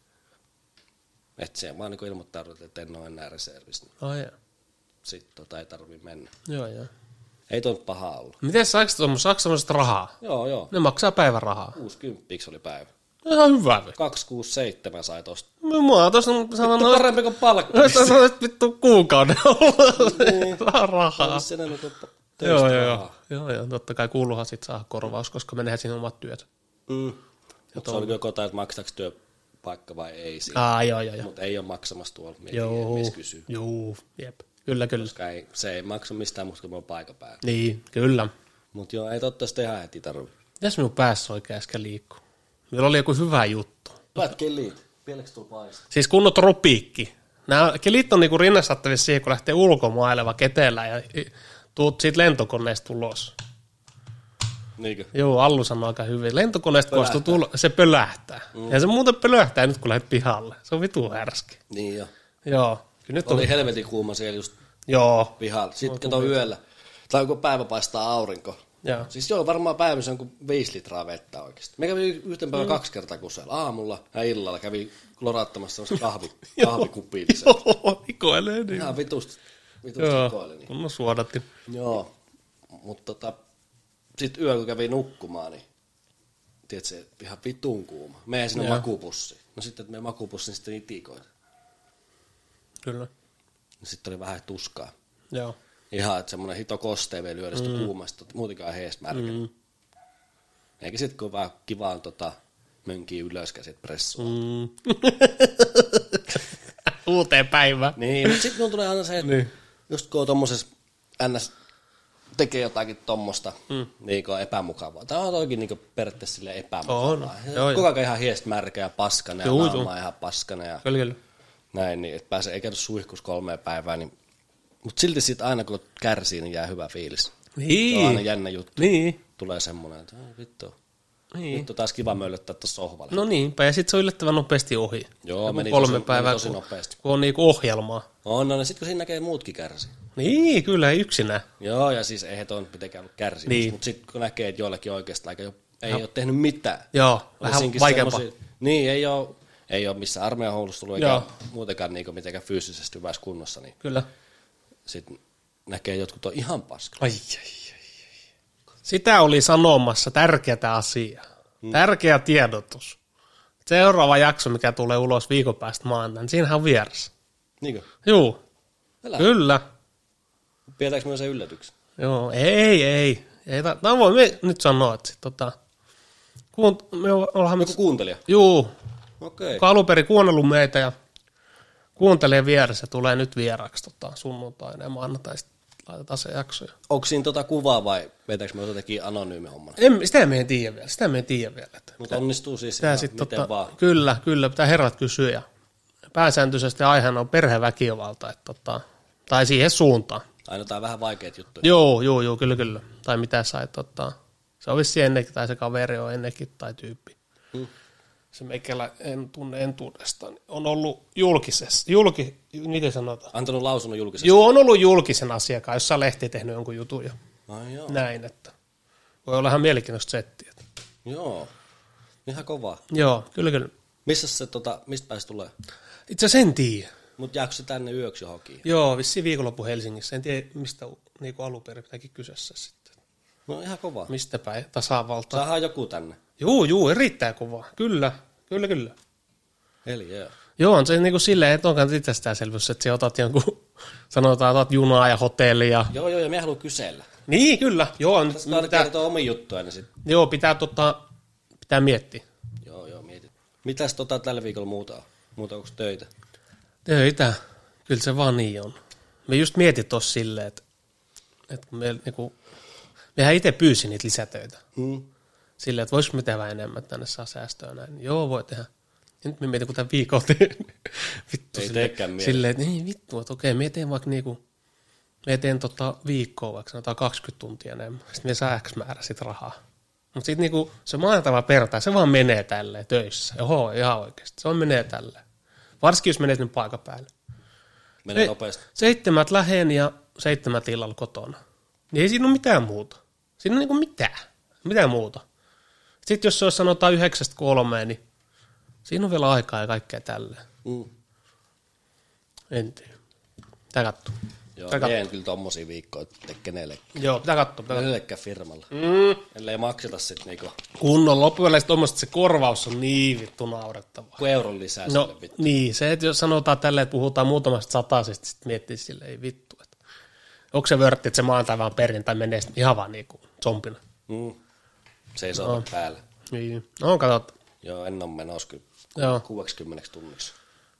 Että se vaan niin ilmoittaudut, että en ole enää reservistä.
Ai
Sitten ei tarvii mennä.
Joo.
Ei tuon paha ollut.
Miten saako semmoista rahaa?
Joo.
Ne maksaa päivärahaa.
60 oli päivä.
Ihan hyvä.
267 sai tosta.
Mua tuossa sanonut,
Parempi kuin palkka.
että vittu kuukauden saa rahaa.
Se enemmän kuin
Joo,
töistä rahaa.
totta kai kuuluuhan sit saa korvaus, koska menehän siinä omat työt.
Mutta se oli joko jotain, että maksetaanko työpaikka vai ei siinä.
Joo.
Mutta ei ole maksamassa tuolla, missä kysyy.
Joo, jep. Kyllä.
Koska se ei maksa mistään muusta kuin paikan päällä.
Niin, kyllä.
Mutta joo, ei toivottavasti ihan heti tarvitse.
Mitäs minun päässä oikein äsken liikkuu? Meillä oli joku hyvä juttu.
Hyvät kelit. Vieläkö tulla paistaa?
Siis kunnon tropiikki. Nämä kelit on niinku rinnastettavissa siihen, kun lähtee ulkomaileva ketelään ja tuut siitä lentokoneesta ulos.
Niinkö?
Joo, Allu sanoi aika hyvin. Lentokoneesta kun astut ulos, se pölähtää. Ja se muuten pölähtää nyt, kun lähdet pihalle. Se on vitu härski.
Niin jo.
Joo. Kyllä nyt
Oli helvetin kuuma siellä just
Joo.
pihalla. Sitten kato yöllä. Tai kun päivä paistaa aurinko.
Joo.
Siis joo, varmaan päivässä on kuin 5 litraa vettä oikeasti. Me kävi yhten päivän 2 kertaa kusella. Aamulla ja illalla kävi kloraattamassa semmoista kahvikupia lisää.
Joo, hikoilee niin.
Ihan vitusti
Joo,
hikoili. Niin.
kun suodatti.
Joo, mutta sitten yö kun kävi nukkumaan, niin tiedätkö, ihan vitun kuuma. Menen sinne makupussiin. No sitten, että me makupussin sitten itikoita.
Kyllä.
Sitten oli vähän tuskaa.
Joo.
Ihan, että semmoinen hito kosteen vielä lyödä sitä kuumasta, muutenkaan hees märkä. Eikä sitten kun vähän kivaan mönkiä ylöskäsin pressuun.
Uuteen päivään.
Niin, mutta sitten tulee aina se, että just kun on tommosessa NS tekee jotakin tommosta niin epämukavaa. Tämä on oikein niin periaatteessa silleen epämukavaa. Koko ajan ihan hiest märkä ja paskana ja naama ihan paskana ja
Kyllä.
näin, niin että pääsee, ei käytä suihkus 3 päivää. Niin, mutta silti sitten aina kun kärsii, niin jää hyvä fiilis.
Niin.
Se on aina jännä juttu.
Niin.
Tulee semmoinen, että vittu.
Niin.
Vittu taas kiva möllöttää tuossa sohvalla.
No niinpä, ja sitten se on yllättävän nopeasti ohi.
Joo, meni
3 päivää,
tosi nopeasti.
kun on niinku ohjelmaa.
No, sitten kun siinä näkee muutkin kärsi.
Niin, kyllä, ei yksinään.
Joo, ja siis eihän tuon mitenkään ollut kärsimys.
Niin.
Mutta sitten kun näkee, että joillekin oikeastaan ei ole tehnyt mitään.
Joo, vähän
Varsinkin
vaikeampaa.
Niin, ei ole ei ole missään armeijan houlussa tullut, eikä muutenkaan niin mitenkään fyysisesti hyvässä kunnossa, niin
Kyllä.
sitten näkee jotkut on ihan paska.
Ai. Sitä oli sanomassa tärkeätä asiaa. Tärkeä tiedotus. Seuraava jakso, mikä tulee ulos viikon päästä maanantaina, niin siinähän on vieressä.
Niinkö?
Juu. Kyllä.
Pidetäänkö me sen yllätyksen?
Joo, ei. No voi me nyt sanoa, että me ollaan...
Joku kuuntelija?
Juu.
Okei.
Kun alun perin kuunnellut meitä ja kuuntelee vieressä, tulee nyt vieraksi sunnuntaina ja maanantaina laitetaan se jakso.
Onko siinä kuvaa vai vetääkö me jotenkin anonyymi hommana?
Sitä me ei tiedä vielä.
Mutta onnistuu siis ihan miten vaan.
Kyllä, pitää herrat kysyä. Ja pääsääntöisesti aiheena on perheväkivalta, tai siihen suuntaan.
Aina jotain vähän vaikeat juttuja.
Joo, kyllä. Tai mitä sai, se on vissiin ennenkin, tai se kaveri on ennenkin, tai tyyppi. Se meikälä en tunne entuudestaan. On ollut miten sanotaan?
Antanut lausunnon julkisesti.
Joo, on ollut julkisen asiakkaan, jossa lehti tehnyt jonkun jutun ja
joo.
näin, että voi olla ihan mielenkiintoista settiä.
Joo, ihan kovaa.
Joo, kyllä.
Missä se, mistä pääsi tulee?
Itse asiassa en tiedä.
Mutta jääkö se tänne yöksi johonkin?
Joo, vissiin viikonloppu Helsingissä. En tiedä, mistä niin alun perin pitääkin kyseessä sitten.
No ihan kovaa.
Mistä päin? Tasavalta.
Saadaan joku tänne.
Joo, erittäin kovaa. Kyllä.
Eli joo.
Joo, on se niin kuin silleen, että onkaan itsestäänselvyys, että sä otat jonkun, sanotaan, otat junaa ja hotellia.
Joo, ja me haluan kysellä.
Niin, kyllä. Joo,
nyt kertoo omia juttuja. Niin
joo, pitää miettiä.
Joo, mietit. Mitäs tällä viikolla muuta on? Muuta onko töitä?
Töitä. Kyllä se vaan niin on. Me just mietin tuossa silleen, että kun mehän itse pyysin niitä lisätöitä. Silleen, että voisiko me tehdä enemmän, tänne saa säästöä näin. Joo, voi tehdä. Ja nyt me mietin, kun tämän viikon teen. Vittu,
ei teekään mieltä.
Silleen, että niin vittu, että okei, me teen vaikka viikkoa, vaikka sanotaan 20 tuntia enemmän. Sitten me saa X määrä sit rahaa. Mutta sitten se maanantava perjantai, se vaan menee tälleen töissä. Oho, ihan oikeasti. Se vaan menee tälleen. Varsinkin, jos menet nyt paikan päälle.
Menee nopeasti.
7 lähen ja 7 illalla kotona. Niin ei siinä ole mitään muuta. Siinä on mitään muuta. Sitten jos se olisi sanotaan 9-3, niin siinä on vielä aikaa ja kaikkea tälleen. En tiedä. Pitää katsoa.
Joo, me en kyllä tommosia viikkoja tee kenellekään.
Joo, pitää katsoa.
Kenellekään firmalla. Ellei makseta sit niinku.
Kunnon loppuväleissä tommoista se korvaus on niin vittu naurettavaa.
Kun euron lisää
no,
sille vittu.
Niin, se, että jos sanotaan tälleen, että puhutaan muutamasta satasesta, sitten miettii silleen, ei vittu. Että onko se vörtti, että se maanantai vaan perjantai menee ihan vaan niinku zombina.
Se ei saa päälle.
Niin, no katsotaan.
Joo, en ole menossa kyllä 60 tunniksi.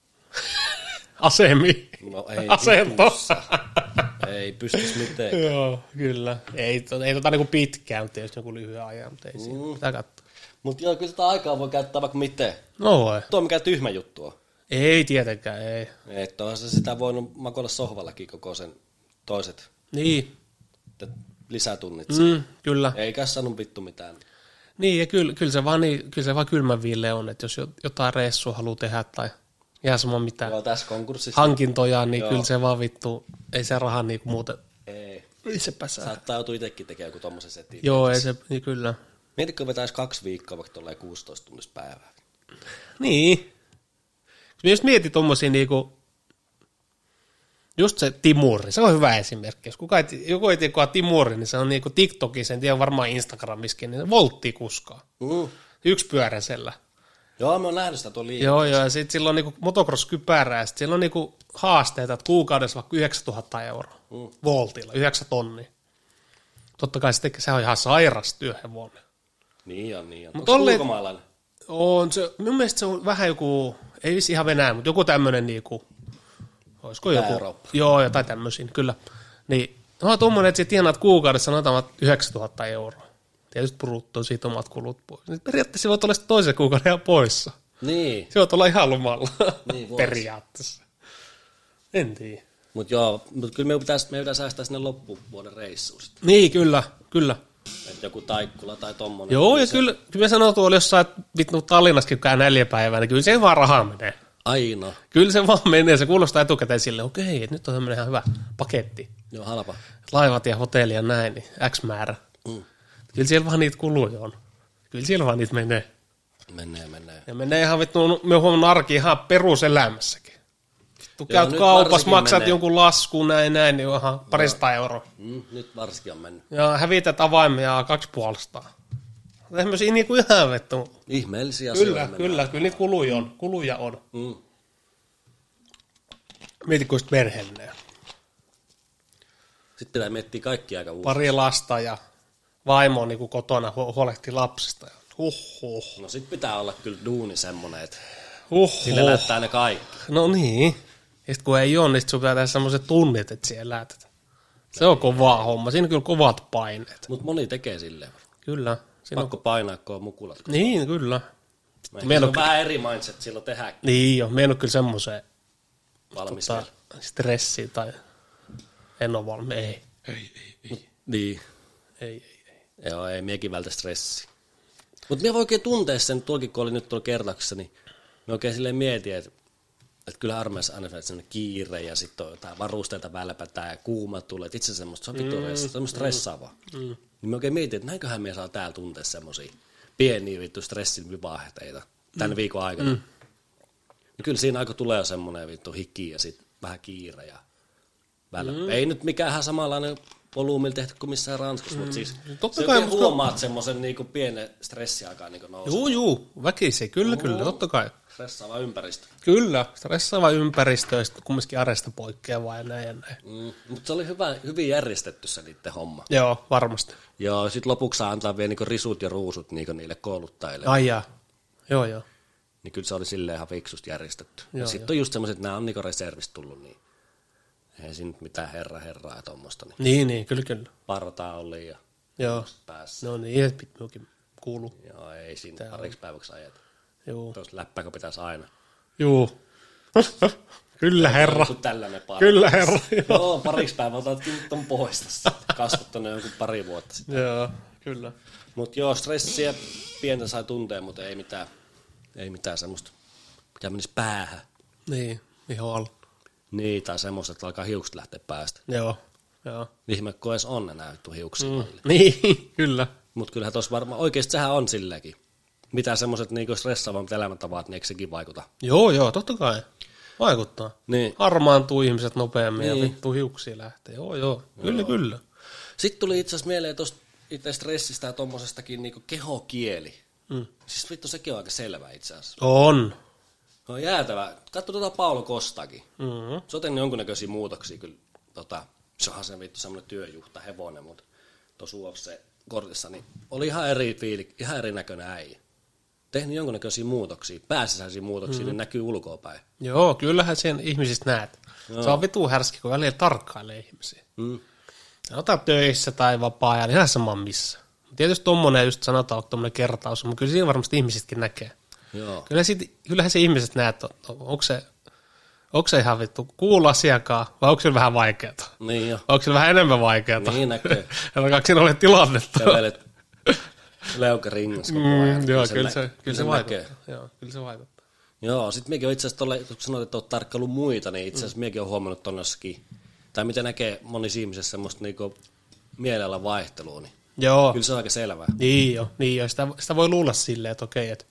Asemi.
No ei.
Asento.
Ei pystyisi mitenkään.
Joo, kyllä. Ei niinku pitkään, mutta jos joku lyhyen ajan, mutta ei siinä. Pitää katsoa.
Mutta joo, kyllä sitä aikaa voi käyttää vaikka miten.
No voi.
Tuo on mikään tyhmä juttu on.
Ei tietenkään, ei.
Että onhan se sitä voinut makoilla sohvallakin koko sen toiset
niin.
Lisätunnit.
Kyllä.
Eikä saanut vittu mitään.
Niin, ja kyllä se vaan kylmän viille on, että jos jotain reissua haluaa tehdä tai ihan sama mitään hankintoja, niin kyllä se vaan vittu, ei se raha niinku muuten. Ei se pääsää.
Saattaa joutua itsekin tekemään joku tommosen setin.
Joo, ei se, niin kyllä.
Mietitkö vetäisi 2 viikkoa, vaikka tolleen 16 tunnista päivää?
Niin. Jos mietit tommosia niinku, just se Timuri, se on hyvä esimerkki. Jos joku ei tiedä, Timuri, niin se on niinku TikTokissa, en tiedä varmaan Instagramiskin, niin se volttii kuskaa. Yksipyöräisellä.
Joo, mä oon nähnyt sitä tuon liikaa.
Joo, ja sitten sillä on niinku motocross-kypärää, ja sitten sillä on niinku haasteita, että kuukaudessa vaikka 9 000 euroa voltilla, 9 tonnia. Totta kai se on ihan sairas työhevonen.
Niin on.
Onko
se ulkomaalainen?
On se, mun mielestä se on vähän joku, ei vissi ihan Venäjä, mutta joku tämmöinen niinku, olisiko joku?
Eurooppa.
Joo, jotain tämmöisiä, kyllä. Niin, no tuommoinen, että sä tienaat kuukaudessa sanotaan 9 000 euroa. Tietysti bruttoon siitä omat kulut pois. Nyt periaatteessa voit olla toisen kuukauden ihan poissa.
Niin.
Se voit olla ihan lomalla
niin,
periaatteessa. En tiedä.
Mutta joo, kyllä me pitää säästää sinne loppuvuoden reissuun sitten.
Niin, kyllä.
Että joku Taikkula tai tommonen.
Joo, ja kyllä me sanoo tuolla, jos sä et vittu Tallinnassakin käy 4 päivää, niin kyllä se vaan rahaa menee.
Aina.
Kyllä se vaan menee, se kuulostaa etukäteen silleen, okei, että nyt on tämmöinen ihan hyvä paketti.
Joo, halpa.
Laivat ja hotelli ja näin, niin X määrä. Kyllä siellä vaan niitä kuluja on. Kyllä siellä vaan niitä menee.
Menee.
Ja menee ihan vittu, me huomannut arki ihan peruselämässäkin. Vittu käyt kaupassa, maksat menee jonkun laskun näin, niin ihan parista euroa.
Nyt varsinkin on mennyt.
Ja hävität avaimia 2 puolestaan. Tämmöisiä niinku ihan vittu.
Ihmeellisiä asioita.
Kyllä niitä kuluja on. Mieti, kun perheellinen.
Sitten pitää miettiä kaikki aika uusiksi.
Pari lasta ja vaimo niin kotona huolehti lapsista.
No sit pitää olla kyllä duuni semmonen, että
Sille
näyttää ne kaikki.
No niin. Ja sit kun ei ole, niin sit sun pitää tehdä semmoiset tunnit, että siellä lähtät. Se on kovaa homma. Siinä on kyllä kovat paineet.
Mut moni tekee silleen.
Kyllä.
Pakko painaa, kun on mukulat.
Niin, kyllä.
Meillä on vähän eri mindset silloin tehdä.
Niin jo. Meillä on kyllä semmoiseen
valmistaa
stressiä tai en ole valmis. Ei.
Niin.
Ei.
Joo, ei miekin vältä stressiä. Mutta minä voi oikein tuntea sen, tuolkin kun oli nyt tuolla kertauksessa, niin me oikein silleen mietin, että kyllä armeijassa aina sellainen kiire ja sitten on jotain varusteita välpätään ja kuuma tulee. Itse asiassa semmoista, se on vittu semmoista stressaavaa. Niin me oikein mietin, että näinköhän me saa täällä tuntea semmoisia pieniä vittu stressin vaihteita tämän viikon aikana. Niin kyllä siinä aika tulee semmoinen vittu hiki ja sitten vähän kiire ja ei nyt mikään samanlainen volyymilla tehty kuin missään Ranskassa, mutta siis se kai huomaat semmoisen niinku pienen stressiaikaan niinku nousee.
Juu, väkisin, kyllä, totta kai.
Stressaava ympäristö.
Kyllä, stressaava ympäristö ja sitten kumminkin arjesta poikkeavaa ja näin.
Mutta se oli hyvin järjestetty se niiden homma.
Joo, varmasti.
Joo, sitten lopuksi saa antaa vielä niinku risut ja ruusut niinku niille kouluttajille.
Ai jaa, joo.
Niin kyllä se oli silleen ihan fiksusti järjestetty. Ja sitten on just semmoiset, että nämä on niinku reservistä tullut, niin ei siinä nyt mitään herraa ja tuommoista.
Niin, kyllä.
Partaa oli ja
joo.
päässä.
No niin, että minunkin kuuluu.
Joo, ei siinä pariksi päiväksi ajeta.
Joo.
Tuosta läppäkö pitäisi aina.
Joo. Kyllä herra.
Tällainen parta.
Kyllä herra.
Joo, pariksi päivä otatkin ton pois tässä. Kasvattanut jonkun pari vuotta sitten.
Joo, kyllä.
Mutta joo, stressiä pientä sai tuntea, mutta ei mitään semmoista, mikä menisi päähän.
Niin, ihan alla.
Niin, tai semmoista, että alkaa hiukset lähteä päästä.
Joo.
Ihme, kun edes on enää vittu hiuksia.
Niin, kyllä.
Mutta kyllähän tuossa varmaan, oikeasti sehän on silläkin. Mitä semmoiset niinku stressaavammat elämäntavat, niin eikö sekin vaikuta?
Joo, totta kai. Vaikuttaa.
Niin.
Harmaantuu ihmiset nopeammin ja vittu hiuksia lähtee. Joo. Kyllä.
Sitten tuli itse asiassa mieleen tuosta itse stressistä ja tommosestakin niinku kehokieli. Siis vittu, sekin on aika selvä itse asiassa.
On
jäätävä. Katso tuota Paulo Kostakin. Se on tehnyt jonkunnäköisiä muutoksia kyllä. Se onhan se vittu semmoinen työjuhta hevonen, mutta tuossa UFC-kortissa niin oli ihan ihan erinäköinen äijä. Tehnyt jonkunnäköisiä muutoksia, pääsisäisiä muutoksia, niin näkyy ulkoapäin.
Joo, kyllähän sen ihmisistä näet. Se on vitu härski, kun välillä tarkkailee ihmisiä. Sanotaan töissä tai vapaa-ajalla, ihan sama missä. Tietysti tommonen just sanotaan, että tommonen kertaus, mutta kyllä siinä varmasti ihmisitkin näkee.
Joo.
Kyllähän se ihmiset näet, onko se ihan vittu cool asiakaan, vai onko se vähän vaikeata?
Niin jo.
Onko se vähän enemmän vaikeata?
Niin näkee.
Alkaako siinä ole tilannetta?
Kävelet leukaringassa koko ajan.
Joo, kyllä se vaikuttaa.
Näkee.
Joo, kyllä se vaikuttaa.
Joo, sit miekin on itse asiassa, kun sanoit, että olet tarkkaillut muita, niin itse asiassa miekin on huomannut tonnossakin, tai miten näkee monissa ihmisissä semmoista niinku mielellä vaihtelua, niin
joo.
Kyllä se on aika selvää.
Niin jo. Sitä voi luulla silleen, että okei, että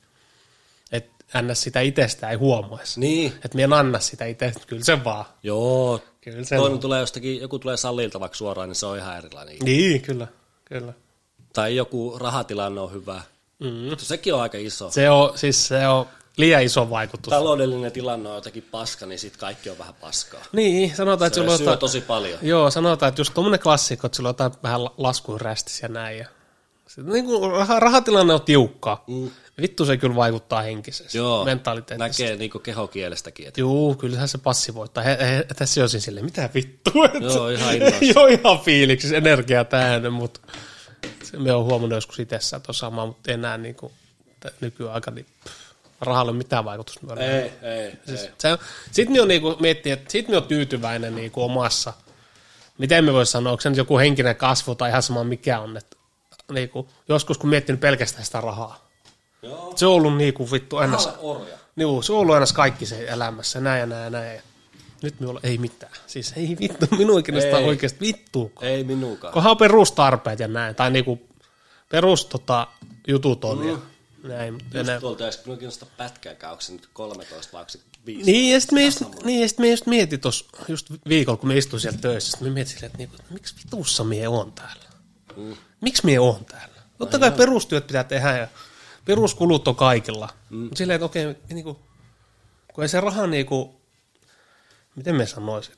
ns. Sitä itsestä ei huomaisi.
Niin.
Että minä en anna sitä itse, kyllä se vaan.
Joo.
Kyllä se
toinen tulee jostakin, joku tulee salilta vaikka suoraan, niin se on ihan erilainen.
Niin, kyllä.
Tai joku rahatilanne on hyvä. Sekin on aika iso.
Se on liian iso vaikutus.
Taloudellinen tilanne on jotenkin paska, niin sitten kaikki on vähän paskaa.
Niin, sanotaan, että sulla
syö tosi paljon.
Joo, sanotaan, että just tuommoinen klassikko, että sulla on jotain vähän laskuun rästissä ja näin. Ja niin kuin rahatilanne on tiukkaa. Vittu se kyllä vaikuttaa henkisesti.
Joo,
mentaaliteettisesti.
näkee niinku kehokielestäkin. Että
joo, kyllähän se passivoittaa. Tässä olisin silleen, mitä vittua.
Joo, ihan innoissa.
Joo, ihan fiiliksi, energiaa täynnä, mutta me on huomannut joskus itsessä tuossa samaa, mutta enää niin kuin nykyaika, niin rahalle mitään vaikutusta.
Ei.
Sitten me on niinku miettiä, että sitten me on tyytyväinen niinku omassa, miten me voi sanoa, onko se nyt joku henkinen kasvu tai ihan sama mikä on, että niinku, joskus kun miettinyt pelkästään sitä rahaa.
Joo.
Se on ollut niinku vittu aina.
Orja.
Joo, se on ollut aina kaikki se elämässä, näin ja näin. Nyt me ei mitään. Siis ei vittu, minun ikinä oikeasti vittuukaan.
Ei minuukaan.
Kunhan on perustarpeet ja näin, tai niinku perus jutut on. näin. Mutta
Just
enää...
tuolta olisi kyllä kiinnostaa pätkääkään, onko se nyt 13 vai onko se 15?
Niin, ja sitten me just mietin tuossa just viikolla, kun me istuin siellä töissä, me mietin silleen, että niinku, miksi vitussa mie on täällä? Miksi mie on täällä? Totta kai perustyöt pitää tehdä ja peruskulut on kaikilla. Mutta silleen, että okei, niinku, kun ei se raha niinku, miten me sanoisin,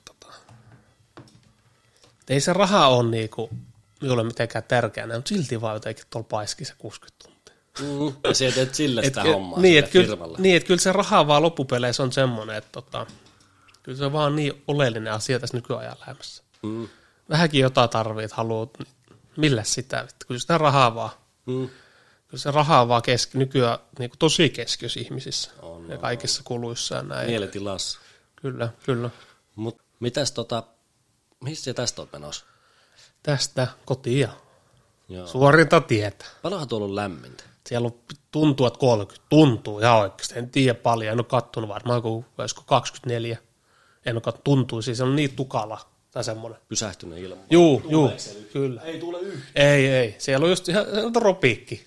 ei se raha ole niinku, minulle mitenkään tärkeänä, mutta silti vaan jotenkin tuolla paiski se 60 tuntia.
Ja sä teet sille sitä hommaa
niin,
firmalla.
Niin, että kyllä se raha vaan loppupeleissä on semmoinen, että kyllä se on vaan niin oleellinen asia tässä nykyajan elämässä. Vähänkin jotain tarvii, että haluat, millä sitä, kyllä sitä rahaa vaan. Kyllä se rahaa vaan nykyään niin kuin tosi keskiössä ihmisissä ja kaikissa kuluissa ja näin.
Mielitilassa.
Kyllä.
Mut mitäs missä sä tästä oot menossa?
Tästä kotia.
Joo.
Suorinta tietä.
Paljonhan tuolla on lämmintä?
Siellä on, tuntuu, että 30. Tuntuu ihan oikeasti. En tiedä paljon. En ole kattonut varmaan, olisiko 24. En ole kattonut. Tuntuu. Siis on niin tukala tai semmoinen.
Pysähtynyt ilma.
Juu, kyllä.
Ei tule yhtään.
Ei. Siellä on just ihan tropiikki.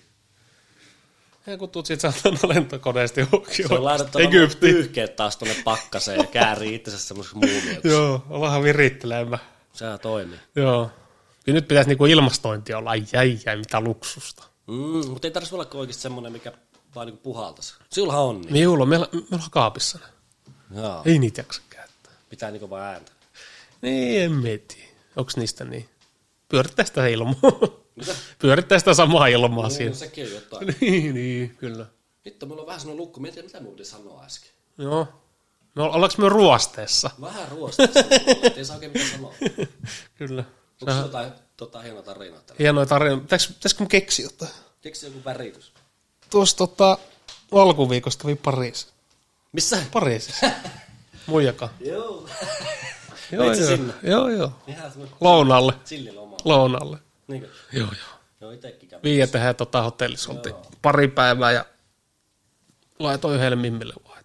Ja kun tuut siitä saatana lentokoneesta johonkin.
Se on laitettava pyyhkeet taas tuonne pakkaseen ja käärii itsensä semmoisessa muumioksi.
Joo, ollaan virittelemään.
Sehän toimii.
Joo. Kyllä nyt pitäisi niinku ilmastointi olla, ai, mitä luksusta.
Mutta ei tarvitsisi olla oikeasti semmoinen, mikä vaan niinku puhaltaisi. Sinullahan on niin.
Meillä on kaapissa ne.
Joo.
Ei niitä jaksa käyttää.
Pitää niinku vaan ääntä.
Niin, en mieti. Onko niistä niin? Pyörittää sitä ilmaa.
Mitä?
Pyörittää sitä samaa ilmaa siinä.
Sekin on jotain.
niin, kyllä.
Vittu, mulla on vähän semmoinen lukko. Mietin, mitä minun piti sanoa äsken.
Joo. No, ollaanko me ruosteessa?
Vähän ruostetta. Ei saa oikein mitään sanoa.
Kyllä.
Onko se jotain hienoa tarinaa tällä?
Hienoja tarinoita. Pitäisikö me keksiä jotain?
Keksi joku väritys.
Tuossa alkuviikosta kävi Pariisissa.
Missä?
Pariisissa. Muijaka.
Joo.
Joo.
Ihan semmoinen
Lounalle.
chilliloma.
Lounalle.
Niinkö?
Joo.
Joo, itekin kävi.
5 hotellissa oltiin pari päivää ja laitoin yhdelle Mimmille vaan.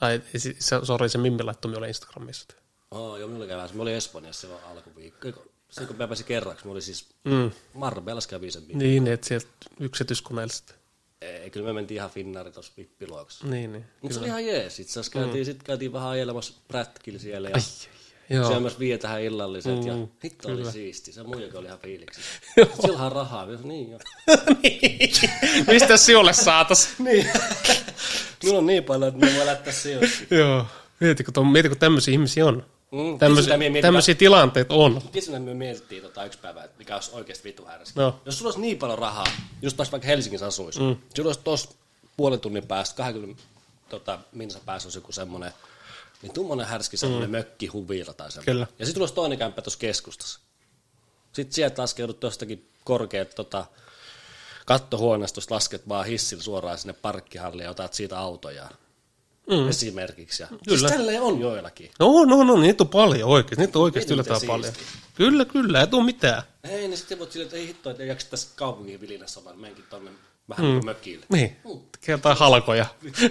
Se Mimmi laittoi minulle Instagramissa.
Joo, minulle kävi. Mä olin Espanjassa silloin alkuviikko. Se kun mä pääsin kerraksi, mä olin siis Marbellassa kävi sen viikon.
Niin, että sieltä yksityiskoneella sitten.
Ei, kyllä me mentiin ihan Finnaarin tuossa vippiluokassa.
Niin.
Mutta se oli ihan jees. Itse asiassa käytiin vähän ajelemassa prätkillä siellä ja
Joo.
syömässä 5 illalliset ja hitto oli siisti. Se muijakin oli ihan fiiliksi. Sillähän rahaa. Niin jo.
Niin. Mistä sinulle saatas?
Niin. Minulla on niin paljon, että me voi lähteä sijoittamaan.
Joo. Mieti, kun tämmöisiä ihmisiä on. Tämmöisiä tilanteita on.
Tiedätkö, me mietittiin yksi päivä, että mikä olisi oikeasti vittu härski.
No.
Jos sulla olisi niin paljon rahaa, just vaikka Helsingissä asuisi, sulla olisi tuossa puolen tunnin päästä, 20 minsa päässä olisi joku semmoinen, niin tuommoinen härski semmoinen mökki huvilla tai semmoinen.
Kyllä.
Ja sitten sulla olisi toinen kämppä tuossa keskustassa. Sitten sieltä laskeudut tuostakin korkeat kattohuoneistosta, lasket vaan hissillä suoraan sinne parkkihalliin ja otat siitä autoja. Esimerkiksi. Siis tälleen on joillakin.
No, niitä on paljon oikeasti. Niitä on oikeasti yllättävän paljon. Kyllä, ei tule mitään.
Ei, niin sitten voit silleen, että ei hittoa, että ei jaksa tässä kaupungin vilinässä, vaan menkin tonne vähän niin kuin mökille.
Niin, tekee jotain halkoja.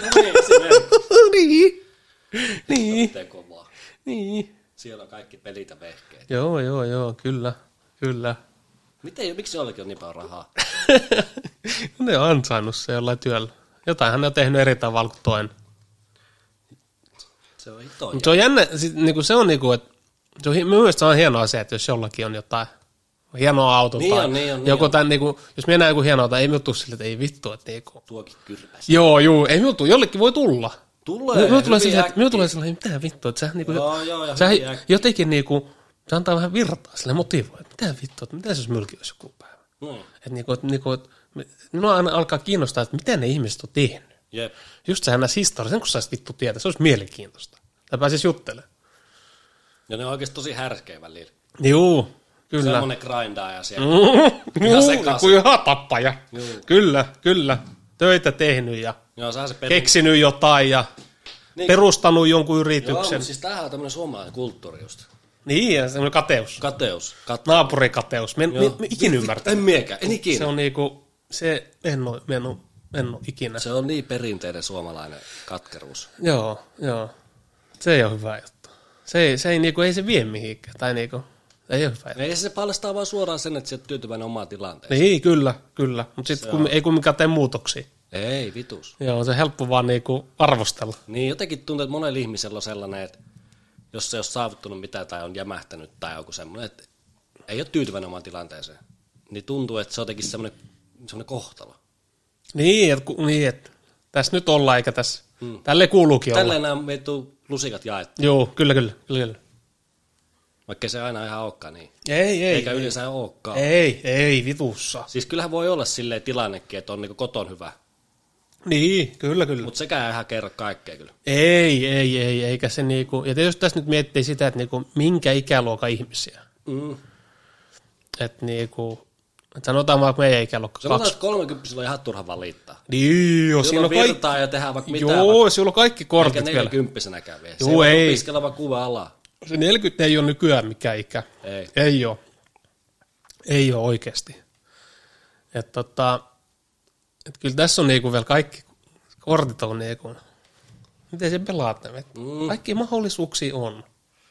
Niin.
Kovaa.
Niin.
Siellä on kaikki pelit ja vehkeet.
Joo, kyllä.
Miksi jollakin on niin paljon rahaa?
Ne on ansainnut se jollain työllä. Jotain ne on tehnyt eri tavalla kuin toinen.
Se on hitoja.
Se on jännä, niinku se on niinku, että mielestäni se on hieno asia, että jos jollakin on jotain hienoa autoa tai joku tämän, niinku, jos minä näen joku hienoa auto, ei minun tule sille, että ei vittu, että niinku.
Tuokin kyrpäsi.
Joo, ei minun tule, jollekin voi tulla.
Minun
tulee sille, mitä vittu, että sä niinku,
Joo,
sä jotenkin niinku, se antaa vähän virtaa sille motivoi, että mitä vittu, että mitä jos mylki olisi joku päivä. Että niinku, minua aina alkaa kiinnostaa, että mitä ne ihmiset on tehnyt.
Jep.
Just sehän näissä historiassa, sen kun saisit vittu tietää, se olisi mielenkiintoista. Tai pääsisi juttelemaan.
Ja ne on oikeasti tosi härskeä välillä.
Juu, kyllä.
Semmoinen grindaaja siellä. Ihan sekaisin.
Ihan tappaja. Kyllä. Töitä tehnyt ja keksinyt jotain ja perustanut jonkun yrityksen.
Joo, mutta siis tämähän on tämmöinen suomalainen kulttuuri just.
Niin, ja semmoinen kateus. Naapurikateus. Me ikin ymmärtää.
En miekään, en ikinä.
Se on niinku, en ole ikinä.
Se on niin perinteinen suomalainen katkeruus.
Joo. Se ei ole hyvä juttu. Ei se vie mihinkään. Tai niinku, ei ole hyvä juttu.
Ei se paljastaa vaan suoraan sen, että sä oot tyytyväinen omaan tilanteeseen.
Niin, kyllä. Mutta sitten ei kumminkaan tee muutoksia.
Ei, vitus.
Joo, on se helppo vaan niinku arvostella.
Niin, jotenkin tuntuu, että monella ihmisellä on sellainen, että jos se ei ole saavuttanut mitään tai on jämähtänyt tai joku semmoinen, että ei ole tyytyväinen omaan tilanteeseen, niin tuntuu, että se on jotenkin semmoinen kohtalo.
Niin, että tässä nyt ollaan, eikä tässä, tälle kuuluukin olla.
Tälleen nämä on vietu lusikat jaettu.
Joo, kyllä.
Vaikka se aina ihan olekaan niin.
Ei.
Eikä yleensä olekaan.
Ei, vitussa.
Siis kyllähän voi olla silleen tilannekin, että on niinku koton hyvä.
Niin, kyllä.
Mutta sekään ei ihan kerro kaikkea kyllä.
Ei, eikä se niinku, ja tietysti tässä nyt miettii sitä, että niinku, minkä ikäluokan ihmisiä. Että niinku, et sanotaan vaikka meidän ikäluokka.
Sanotaan, että 30 on ihan turha valittaa.
Niin, joo,
siinä on virtaa ja tehdään vaikka mitään.
Joo, siellä on kaikki kortit
vielä. Eikä 40-vuotiaanäkään vielä.
Joo,
se
ei.
opiskella vaan kuva alaa.
Se 40 ei ole nykyään mikään ikä. Ei ole. Ei ole oikeasti. Että kyllä tässä on niinku vielä kaikki kortit on niinku, miten se pelaat ne? Kaikki mahdollisuuksia on.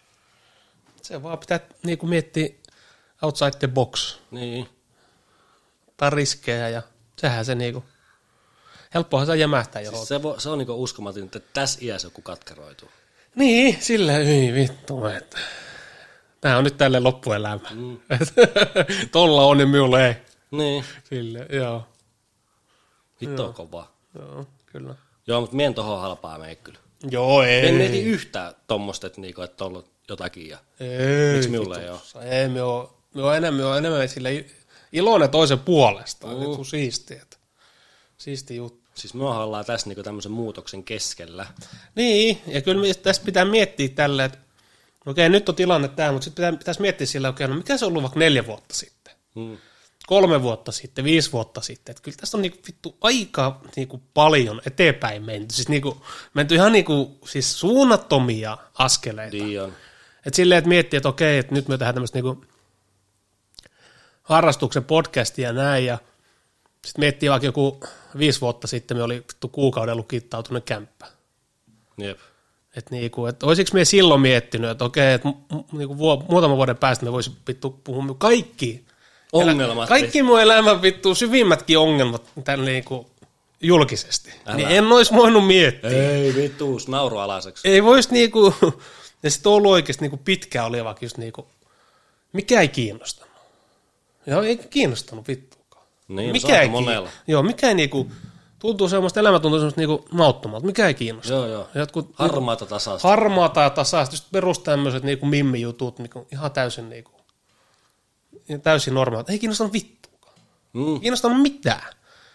Se vaan pitää niinku miettiä outside the box.
Niin.
Tai riskejä ja sehän se niinku, helppohan se jämähtää johon.
Siis se on niinku uskomaton, että tässä iässä joku katkeroituu.
Niin, silleen hyvin vittu, että tää on nyt tälle loppuelämä. Tolla on ja minulle ei.
Niin.
Silleen, joo.
Vittu on kova.
Joo, kyllä.
Joo, mutta mien tohon halpaa mei kyllä.
Joo, ei.
En mieti yhtään tommoista, että niinku, että on ollut jotakin ja miksi minulle ei ole.
Ei, me on enemmän sille iloinen toisen puolesta. Vittu siistiä. Siisti juttu.
Siis me ollaan tässä niinku tämmöisen muutoksen keskellä.
Niin, ja kyllä tässä pitää miettiä tällä, että okei, nyt on tilanne tämä, mutta sitten pitäisi miettiä sillä, okei, no mikä se on ollut vaikka 4 vuotta sitten, 3 vuotta sitten, 5 vuotta sitten. Että kyllä tästä on niinku vittu aika niinku paljon eteenpäin menty. Siis niinku, menty ihan niinku, siis suunnattomia askeleita.
Niin on.
Että silleen, että miettii, että okei, että nyt me tehdään tämmöistä niinku harrastuksen podcastia ja näin, ja sitten miettii vaikka joku 5 vuotta sitten, me oli vittu kuukauden lukittautunut kämppä.
Jep.
Että niinku, et olisiko me silloin miettinyt, että okei, että niinku muutaman vuoden päästä me voisi vittu puhua kaikki
ongelmat.
Kaikki mun elämän vittu syvimmätkin ongelmat tälle niinku julkisesti. Niin en olisi voinut miettiä.
Ei vittuus, naurualaiseksi.
Ei vois niinku, ja sit on ollut oikeasti niinku pitkään oli vaikka just niinku, mikä ei kiinnostanut. Joo, ei kiinnostanut vittuakaan.
Niin, mikä ei monella.
Joo, mikä ei niinku, tuntuu semmoista, elämä tuntuu semmoista niinku mauttomalta, mikä ei kiinnosta.
Joo. Jotkut, harmaata tasaista.
Harmaata ja tasaista, just perus tämmöiset niinku mimmijutut, niinku ihan täysin niinku, täysin normaalit. Ei kiinnostanut vittuakaan. Kiinnostanut mitään.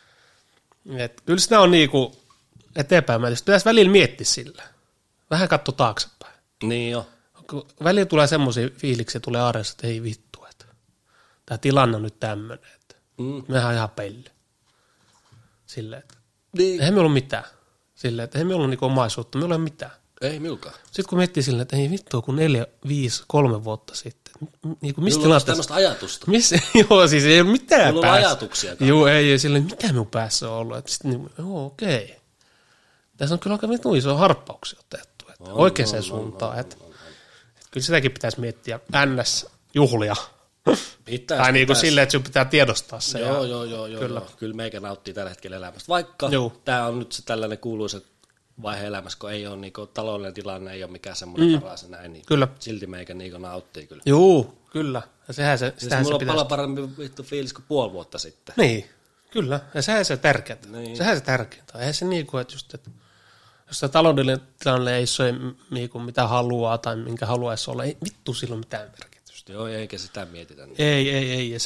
Et kyllä sitä on niinku eteenpäin. Mä pitäisi välillä miettiä sillä. Vähän katso taaksepäin.
Niin jo.
Välillä tulee semmoisia fiiliksiä, tulee arjessa, että ei vittu, että tämä tilanne on nyt tämmöinen, että mehän on ihan pelle. Silleen, että
niin.
Eihän me ollut mitään. Silleen, että eihän me ollut niinku omaisuutta, me ei ole mitään.
Ei milkaan.
Sitten kun miettii silleen, että ei vittu, kun 4, 5, 3 vuotta sitten. Niin kuin
minulla on tämmöistä ajatusta.
Joo, siis ei ole mitään
minulla
päässä.
Minulla on ajatuksiakaan.
Joo, ei silleen, mitä minun päässä on ollut. Sitten niin, joo, okei. Tässä on kyllä aika vittu iso harppauksia otettu. Oikeaan suuntaan. Että kyllä sitäkin pitäisi miettiä NS-juhlia. Tai niin kuin silleen, että sinun pitää tiedostaa se.
Joo. Kyllä meikä nauttii tällä hetkellä elämästä. Vaikka tämä on nyt se tällainen kuuluisa vaihe elämässä, kun ei ole niinku, taloudellinen tilanne, ei ole mikään semmoinen paras ja näin, niin
kyllä.
Silti meikä niinku nauttii kyllä.
Joo, kyllä. Ja sehän se,
siis mulla on paljon paremmin vittu fiilis kuin 5 vuotta sitten.
Niin, kyllä. Ja sehän se tärkeintä.
Niin.
Sehän se tärkeintä. Eihän se niin kuin, että just, että jos se taloudellinen tilanne ei se niinku, mitä haluaa tai minkä haluaisi olla, ei vittu silloin mitään merkitystä.
Joo, eikä sitä mietitä. Niin.
Ei. Ja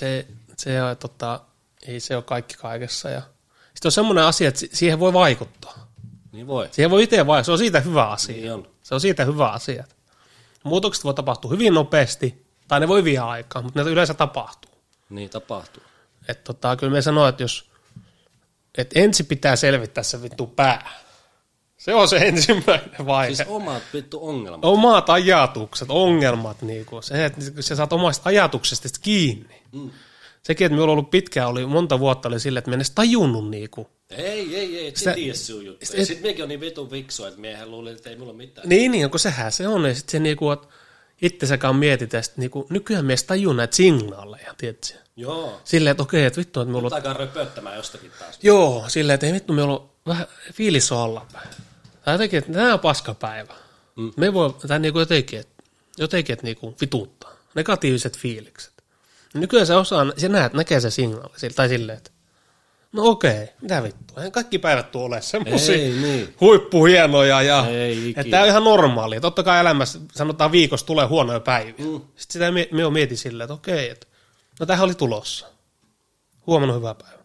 ei se ole kaikki kaikessa. Ja sitten on semmoinen asia, että siihen voi vaikuttaa.
Niin voi.
Siihen voi itse vaikuttaa. Se on siitä hyvä asia.
Niin on.
Se on siitä hyvä asia. Muutokset voi tapahtua hyvin nopeasti, tai ne voi viedä aikaa, mutta ne yleensä tapahtuu.
Niin tapahtuu.
Kyllä me sanoo, että että ensin pitää selvittää se vittu pää. Se on se ensimmäinen vaihe.
Siis omat vittu ongelmat.
Omat ajatukset, ongelmat. Niinku. Se, että sä saat omasta ajatuksesta kiinni. Sekin, että minulla on ollut pitkään, oli monta vuotta oli silleen, että mä en edes tajunnut. Niinku.
Ei, et sä tiedä sinun juttu. Sitten mekin on niin vitun fiksu, että miehän luuli, että ei mulla mitään.
Niin, onko sehän se on. Ja sitten se niinku, että itsesäkaan mietitä, että niinku, nykyään mies tajuu näitä signaaleja, tiedätkö?
Joo.
Silleen, että okei, että vittu, että me ollaan...
Alkaa röpöttämään jostakin taas.
Joo, silleen, että ei vittu, me ollaan vähän fiilis on allapäin. Tai jotenkin, että tämä on paskapäivä. Me voi, tai niinku jotenkin, että niinku vituuttaa. Negatiiviset fiilikset. Nykyään se osaa, se näkee se signaali, tai silleen, että no okei, mitä vittua, eihän kaikki päivät tule ole semmosia huippuhienoja ja että tämä on ihan normaalia. Totta kai elämässä, sanotaan viikossa tulee huonoja päiviä. Sitten sitä me mietin silleen, että okei, että no tämähän oli tulossa. Huomenna hyvä päivä.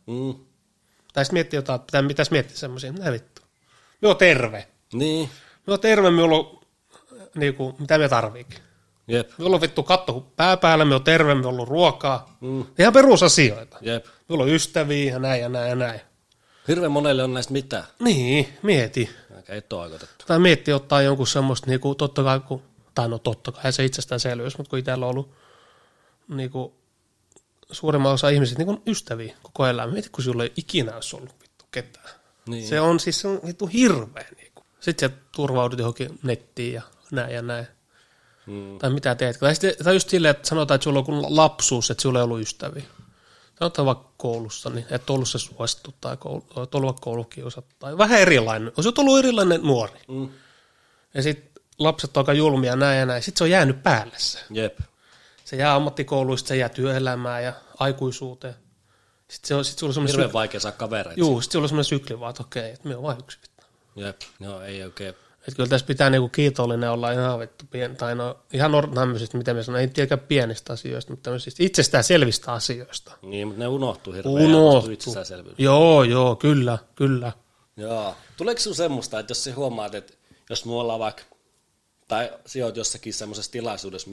Tai sitten miettii jotain, että mitäs miettiä semmoisia, mitä vittua. Me on terve.
Niin.
Me on terve, me on niinku, mitä me tarviikin.
Jep.
Me ollaan vittu katto pää päällä, me on terve, me on ollut ruokaa. Ihan perusasioita.
Jep.
Me ollaan ystäviä ja näin ja näin ja näin.
Hirveän monelle on näistä mitään.
Niin, mieti.
Aika etuoikeutettu.
Tai mietti ottaa jonkun semmoista, niinku, totta kai, totta kai se itsestäänselvyys, mutta kun itsellä on ollut niinku, suurimman osa ihmisistä niinku, ystäviä koko elämä. Mieti, kun sulla ei ikinä olisi ollut vittu ketään.
Niin.
Se on vittu hirveä. Niinku. Sitten sä turvaudut johonkin nettiin ja näin ja näin. Tai mitä teet. Tai just silleen, että sanotaan, että sulla on joku lapsuus, että sulla ei ollut ystäviä. Sanotaan vaikka koulussa, niin et ollut se suosittu tai olet ollut vaikka koulukiusattu tai vähän erilainen. Olisit ollut erilainen nuori. Ja sitten lapset on aika julmia näin ja näin. Sitten se on jäänyt päälle se.
Jep.
Se jää ammattikouluista, se jää työelämään ja aikuisuuteen. Sitten sulla on semmoinen...
Hirveän vaikea saa kavereita.
Juu, sitten sulla on semmoinen sykli vaan, että okei, että me on vain yksi vittu.
Jep, no ei oikein.
Että kyllä tässä pitää niinku kiitollinen olla ihan vittu tai no ihan tämmöisistä, mitä me sanotaan, ei tietenkään pienistä asioista, mutta tämmöisistä itsestään selvistä asioista.
Niin, mutta ne unohtuu hirveän helposti itsestäänselvyys.
Joo, kyllä.
Joo. Tuleeko sinulla semmoista, että jos sä huomaat, että jos me ollaan vaikka, tai sijoit jossakin semmoisessa tilaisuudessa,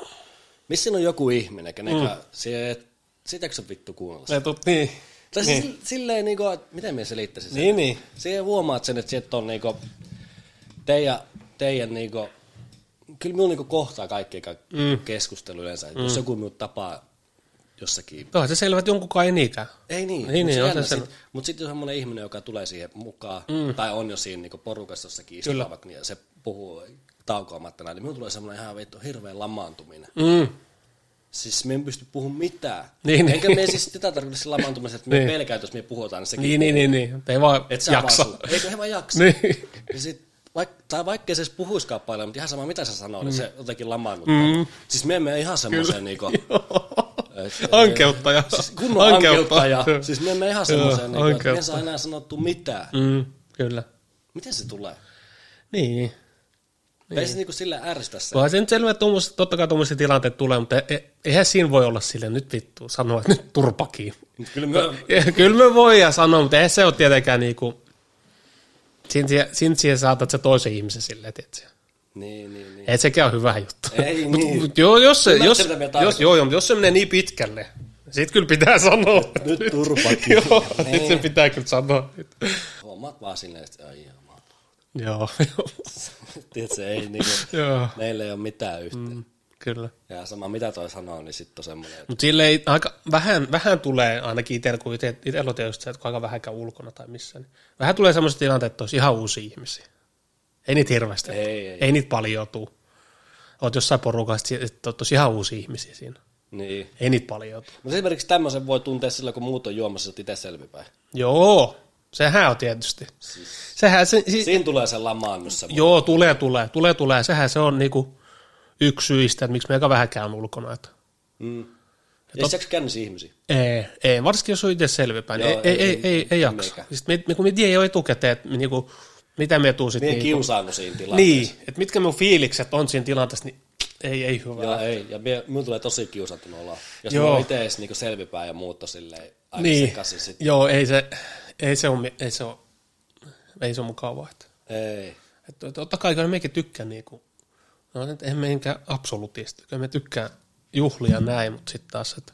missä on joku ihminen, kenenkaan sitäkö sä vittu kuunnella?
Niin.
Tai niin. Silleen, niin kuin, miten minä selittäisin sen?
Niin.
Siihen huomaat sen, että sieltä on niin kuin, teidän niin kuin, kyllä minun niin kohtaa kaikkea keskustelu yleensä. Jos joku minun tapaa jossakin.
Joo, se selvä, että jonkunkaan ei niinkään.
Ei niin. Mutta sitten on semmoinen ihminen, joka tulee siihen mukaan, tai on jo siinä niin porukassa jossakin istua vaikka, niin ja se puhuu taukoamatta näin, niin minun tulee semmoinen ihan vittu hirveän lamaantuminen. Siis me en pysty puhumaan mitään.
Niin.
Enkä me siis sitä tarkoita sillä lamaantumisesta, että me pelkää, jos me puhutaan, niin sekin
Niin. Ei vaan jaksa.
Eikö he vaan jaksa?
Niin.
Ja sit, vaikka se edes puhuiskaan paljon, mutta ihan sama mitä se sanoo, niin se jotenkin lamaannut. Siis me emme ihan semmoiseen niinku...
Ankeuttaja.
Siis kunnon ankeuttaja. Siis me emme ihan semmoiseen, niinku, että en saa enää sanottua mitään.
Kyllä.
Miten se tulee?
Niin.
Ei se niinku sillä ärsytä se.
Vaan se nyt selvä, että totta kai tuommoisia tilanteet tulee, mutta eihän siinä voi olla silleen, nyt vittu, sanoa, että nyt turpakiin. Kyllä me voidaan sanoa, mutta eihän se ole tietenkään niinku, siinä siihen saatat se toisen ihmisen silleen, tietsä.
Niin.
Ei sekään ole hyvä juttu.
Ei niin.
Jos se menee niin pitkälle, sit kyllä pitää sanoa.
Nyt turpakiin.
Joo, nyt se pitää kyllä sanoa.
Huomaat vaan silleen, että ai jaa.
Joo.
Tiedätkö, ei niinku, meillä ei ole mitään yhteen.
Kyllä.
Ja sama mitä toi sanoo, niin sitten on semmoinen.
Mutta sille ei aika vähän tulee, ainakin itsellä, kun itsellä on tietysti se, että kun aika vähän käy ulkona tai missään. Niin vähän tulee semmoiset tilanteet, että olisi ihan uusia ihmisiä. Ei niitä hirveästi. Ei niitä paljon tule. Olet jossain porukassa, että olisi ihan uusia ihmisiä siinä.
Niin.
Ei niitä paljon tule.
Mutta esimerkiksi tämmöisen voi tuntea sillä, kun muut on juomassa, että itse selvipäin.
Joo, sehän on tietysti.
Siinä tulee se lamaannus.
Joo, tulee. Sehän se on niinku yksi syistä, että miksi me aika vähän käyn ulkona.
Ei sitäkö kännisi ihmisiä?
Ei, varsinkin jos on itse selvipäin. Ei jaksa. Kun me tiedän jo etukäteen, että niinku, mitä me tuu sitten.
Niin kiusaanko siinä tilanteessa.
Niin, että mitkä mun fiilikset on siinä tilanteessa, niin ei hyvä.
Joo, ei. Ja minulla tulee tosi kiusattunut olla. Jos minulla on itse edes niinku selvipäin ja muut on silleen aika sekaisin sitten.
Joo, ei se ole mukavaa.
Ei.
Totta kai kyllä mekin tykkää niinku, no eihän meinkään absoluuttisesti, kyllä me tykkää juhlia näin, mutta sitten taas, että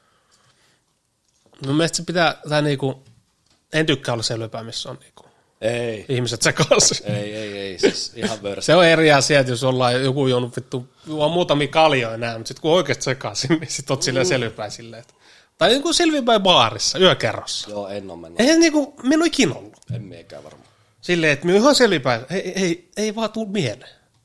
mun mielestä se pitää, tai niinku, en tykkää olla selväpää, missä on niinku ihmiset sekaisin.
Ei, siis ihan vörsä.
Se on eri asia, että jos ollaan joku juonut vittu, juo muutamia kaljoja näin, mutta sitten kun oikeasti sekaisin, niin sitten oot silleen selväpää silleen, että tai niin kuin selvinpäin baarissa, yökerrossa.
Joo, en ole mennyt.
Eihän niinku, minä en ole ikinä ollut.
En miekään varmaan.
Silleen, että minä ihan selvinpäin, ei vaan tule mieleen.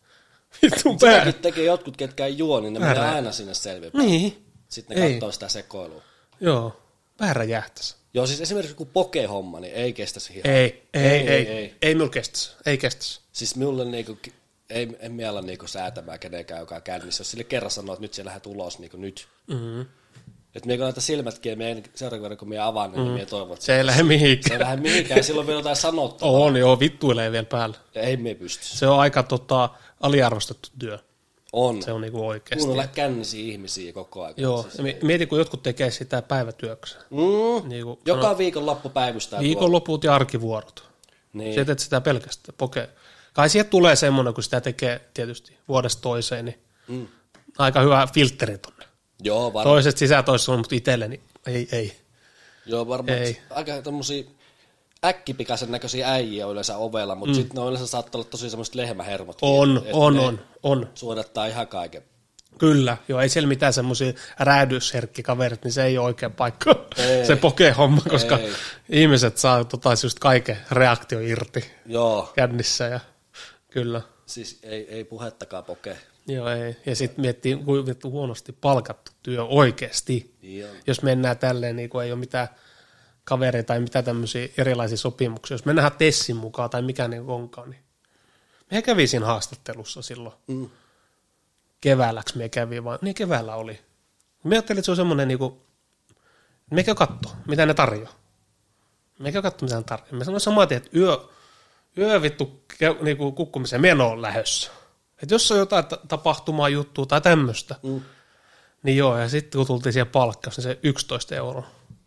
Vittu pää.
Sitäkin tekee jotkut, ketkä ei juo, niin ne menee aina sinne selviöpäin.
Niin.
Sitten ne katsoo sitä sekoilua.
Joo, pää räjähtäisi.
Joo, siis esimerkiksi joku poke-homma, niin ei kestä se hihaa.
Ei minulla kestäisi. Ei kestäisi.
Siis minulle niinku, en minä ala niinku säätämään kenenkään, joka on kännissä. Jos sille kerran sanoo, että nyt siellä lähdet ulos niinku nyt. Mm-hmm. Että minä kun laitan silmätkin ja seuraavan kerran kun minä avaan, niin minä toivon, että
se ei lähde mihinkään.
Se ei lähde mihinkään, silloin vielä jotain sanottavaa.
On joo, vittuilee vielä päällä.
Ja ei me pysty.
Se on aika aliarvostettu työ.
On.
Se on niinku oikeasti.
Kuunnella kännisiä ihmisiä koko ajan.
Joo, siis mieti kun jotkut tekee sitä päivätyöksi. Niinku,
joka viikonloppu päivystää.
Viikonloput ja arkivuorot.
Niin.
Sä teet sitä pelkästään. Kai sieltä tulee semmoinen, kun sitä tekee tietysti vuodesta toiseen, niin aika hyvä filtteri tonne.
Joo, varmaan.
Toiset sisään, toiset on, mutta itselleni ei.
Joo, varmaan. Aika tommosia äkkipikaisen näköisiä äijiä on yleensä ovella, mutta sitten ne on yleensä saattaa olla tosi semmoiset lehmähermot.
On.
Suodattaa ihan kaiken.
Kyllä, joo, ei siellä mitään semmoisia räädysherkkikaverit, niin se ei ole oikea paikka, se pokehomma, koska ihmiset saa just kaiken reaktio irti kännissä ja kyllä.
Siis ei puhettakaan poke.
Joo, ei. Ja sitten miettii, kuinka huonosti palkattu työ oikeasti. Joo. Jos mennään tälleen, niin kun ei ole mitään kavereita tai mitään tämmöisiä erilaisia sopimuksia. Jos mennään Tessin mukaan tai mikä niin onkaan, niin me kävi siinä haastattelussa silloin. Keväälläks me kävi, vaan niin keväällä oli. Me ajattelin, että se on semmoinen, niin kuin, me käy katsoa, mitä ne tarjoaa. Me käy katsoa, mitä ne tarjoaa. Me sanoin samaan, että yö vittu niin kuin kukkumisen meno on lähdössä. Että jos on jotain tapahtumaa, juttua tai tämmöistä, niin joo, ja sitten kun tultiin siihen palkkaus, niin se 11 €.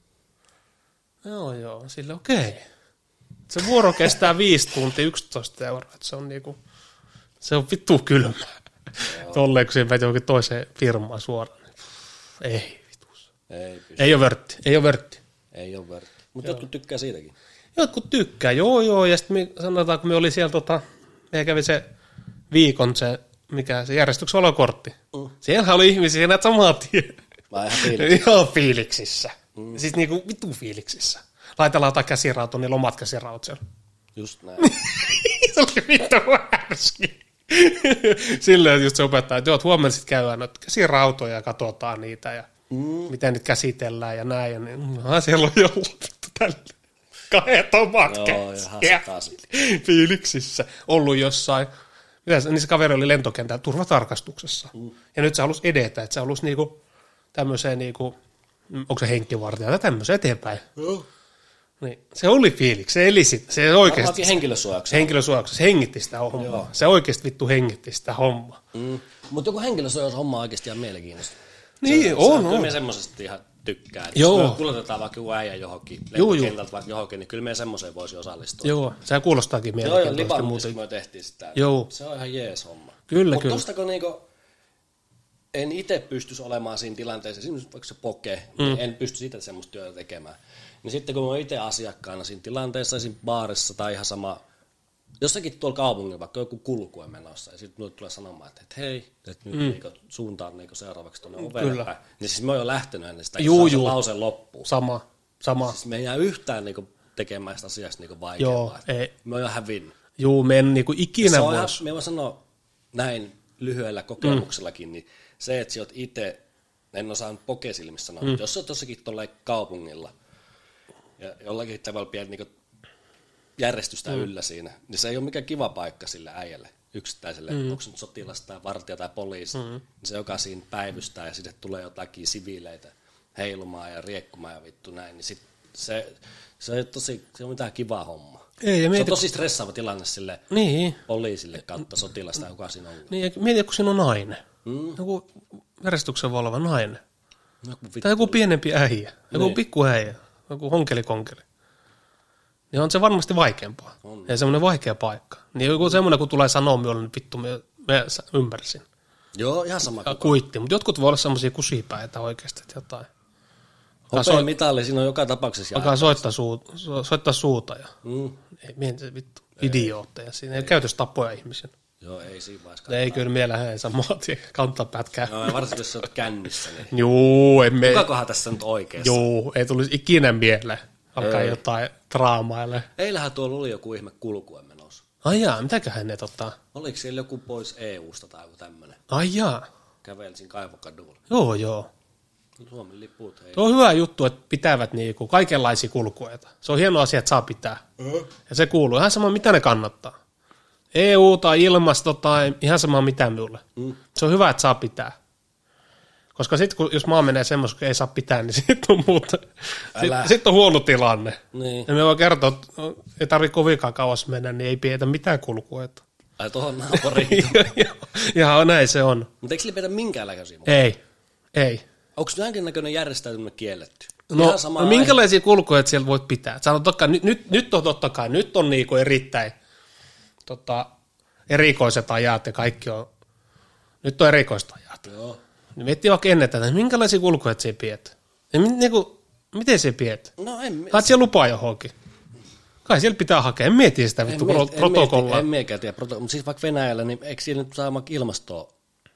Joo, sille okei. Se vuoro kestää 5 tuntia, 11 €, että se on niinku, se on vittu kylmä. Tolleen, kun siinä veti johonkin toiseen firmaan suoraan. Ei vitus. Ei ole vörtti. Ei ole vörtti.
Mutta jotkut tykkää siitäkin.
Jotkut tykkää, joo. Ja sitten sanotaan, kun me oli siellä, me kävi se viikon se järjestyksen olokortti. Siellä oli ihmisiä näitä samaa tien.
Mä ihan fiiliksissä.
Ihan fiiliksissä. Siis niinku vittu fiiliksissä. Laitellaan jotain käsirautua, niillä omat käsiraut siellä.
Just näin.
Se oli vittu härski. Silleen just se opettaa, että huomenna sitten käydään noita käsirautoja ja katsotaan niitä ja miten niitä käsitellään ja näin. Ja niin, siellä on jollain tällä 2 omat fiiliksissä. Ollut jossain. Niin se kaveri oli lentokentällä turvatarkastuksessa. Ja nyt se halusi edetä, että se halusi niinku tämmöiseen niinku, onko se henkkivartija tai tämmöiseen eteenpäin. Niin, se oli fiiliksi, se eli sitä. Se oikeasti henkilösuojauksessa hengitti sitä hommaa. Joo. Se oikeasti vittu hengitti sitä hommaa.
Mutta joku henkilösuojaushomma on oikeasti ihan mielenkiintoista.
Niin, on.
Kyllä me semmoisesta ihan tykkään. Jos me kuljetetaan vaikka joku äijä johonkin, lentokentältä vaikka johonkin, niin kyllä me semmoiseen voisi osallistua.
Joo, se kuulostaakin mielenkiintoista.
Joo, Libanonissa me tehtiin sitä.
Joo.
Se on ihan jees homma.
Kyllä.
Mutta tostako niinku, en itse pystyisi olemaan siinä tilanteessa, esimerkiksi vaikka se poke, niin en pysty itse semmoista työtä tekemään. Niin sitten kun mä oon itse asiakkaana siinä tilanteessa, siinä baarissa tai ihan sama, jossakin tuolla kaupungilla, vaikka joku kulkue menossa, ja sitten mulle tulee sanomaan, että hei, että nyt niinku suuntaan niinku seuraavaksi tuonne ovelle päin. Niin siis mä oon jo lähtenyt ennen sitä, kun se lause loppuu.
Sama.
Siis me ei jää yhtään niinku tekemään sitä asiasta niinku vaikeampaa. Me oon jo hävinnyt.
Joo, me en niinku ikinä
me voin sanoa näin lyhyellä kokemuksellakin, niin se, että sä oot itse, en osaa nyt pokesilmissä sanoa, mutta jos sä oot jossakin tuolla kaupungilla, ja jollakin tavalla pieni niinku järjestystä yllä siinä, niin se ei ole mikään kiva paikka sille äijälle, yksittäiselle, onko se nyt sotilas tai vartija tai poliisi, niin se joka siinä päivystää ja sinne tulee jotakin siviileitä heilumaan ja riekkumaan ja vittu näin, niin sit se on mitään kivaa hommaa. Se on tosi stressaava tilanne sille poliisille kautta sotilasta, joka siinä on.
Niin, mieti, kun siinä on nainen. Joku järjestyksen valva nainen. Tai joku pienempi äijä, joku pikku äijä, joku honkeli-konkeli. Niin on se varmasti vaikeampaa. Ja semmoinen vaikea paikka. Niin joku semmoinen, kun tulee sanoa minulle, niin vittu, me ymmärsin.
Joo, ihan sama.
Kuitti, mutta jotkut voi olla semmoisia kusipäitä oikeasti, että jotain.
Hopeen mitalli, siinä on joka tapauksessa.
Alkaa soittaa suuta ja ei mieti vittu idiootteja. Siinä ei käytössä tapoja ihmisiä.
Joo, ei siinä vaiheessa.
Ei kyllä mielellä ei saa muotia kantapätkää.
No varsinkin jos sä oot kännissä. Niin.
Joo, emme.
Kukakohan tässä nyt oikeassa?
Joo, ei tulisi ikinä mieleen. Alkaa jotain draamaille.
Eilähän tuolla oli joku ihme kulkue menossa.
Ai jaa, mitäköhän ne
Oliko siellä joku pois EUsta tai joku tämmönen?
Ai jaa.
Kävelsin Kaivokadulla.
Joo.
Suomen liput hei.
Tuo on hyvä juttu, että pitävät niinku kaikenlaisia kulkueita. Se on hieno asia, että saa pitää. Ja se kuuluu ihan sama, mitä ne kannattaa. EU tai ilmasto tai ihan sama mitä minulle. Se on hyvä, että saa pitää. Koska sitten jos maa menee semmoisen, kun ei saa pitää, niin sitten on muuta. Sitten on huono tilanne.
Niin.
Ja me voi kertoa, että ei tarvitse kovinkaan kauas mennä, niin ei pidetä mitään kulkueita.
Ai tuohon naapuriin.
Joo, näin se on.
Mutta eikö sillä pidetä minkäänlaisia?
Ei.
Onko jonkinnäköinen järjestäytyminen kielletty?
No minkälaisia kulkueita siellä voit pitää? Nyt on totta kai, nyt on niinku erittäin erikoiset ajat ja kaikki on, nyt on erikoiset ajat.
Joo.
Miettii vaikka ennen tätä, minkälaisia kulkueita siellä pidät? Miten siellä pidät?
No en...
Haet siellä lupaa johonkin. Kai siellä pitää hakea, en mieti sitä vittu protokollaa.
En miekään tiedä, mutta siis vaikka Venäjällä, niin eikö siellä nyt saa ilmasto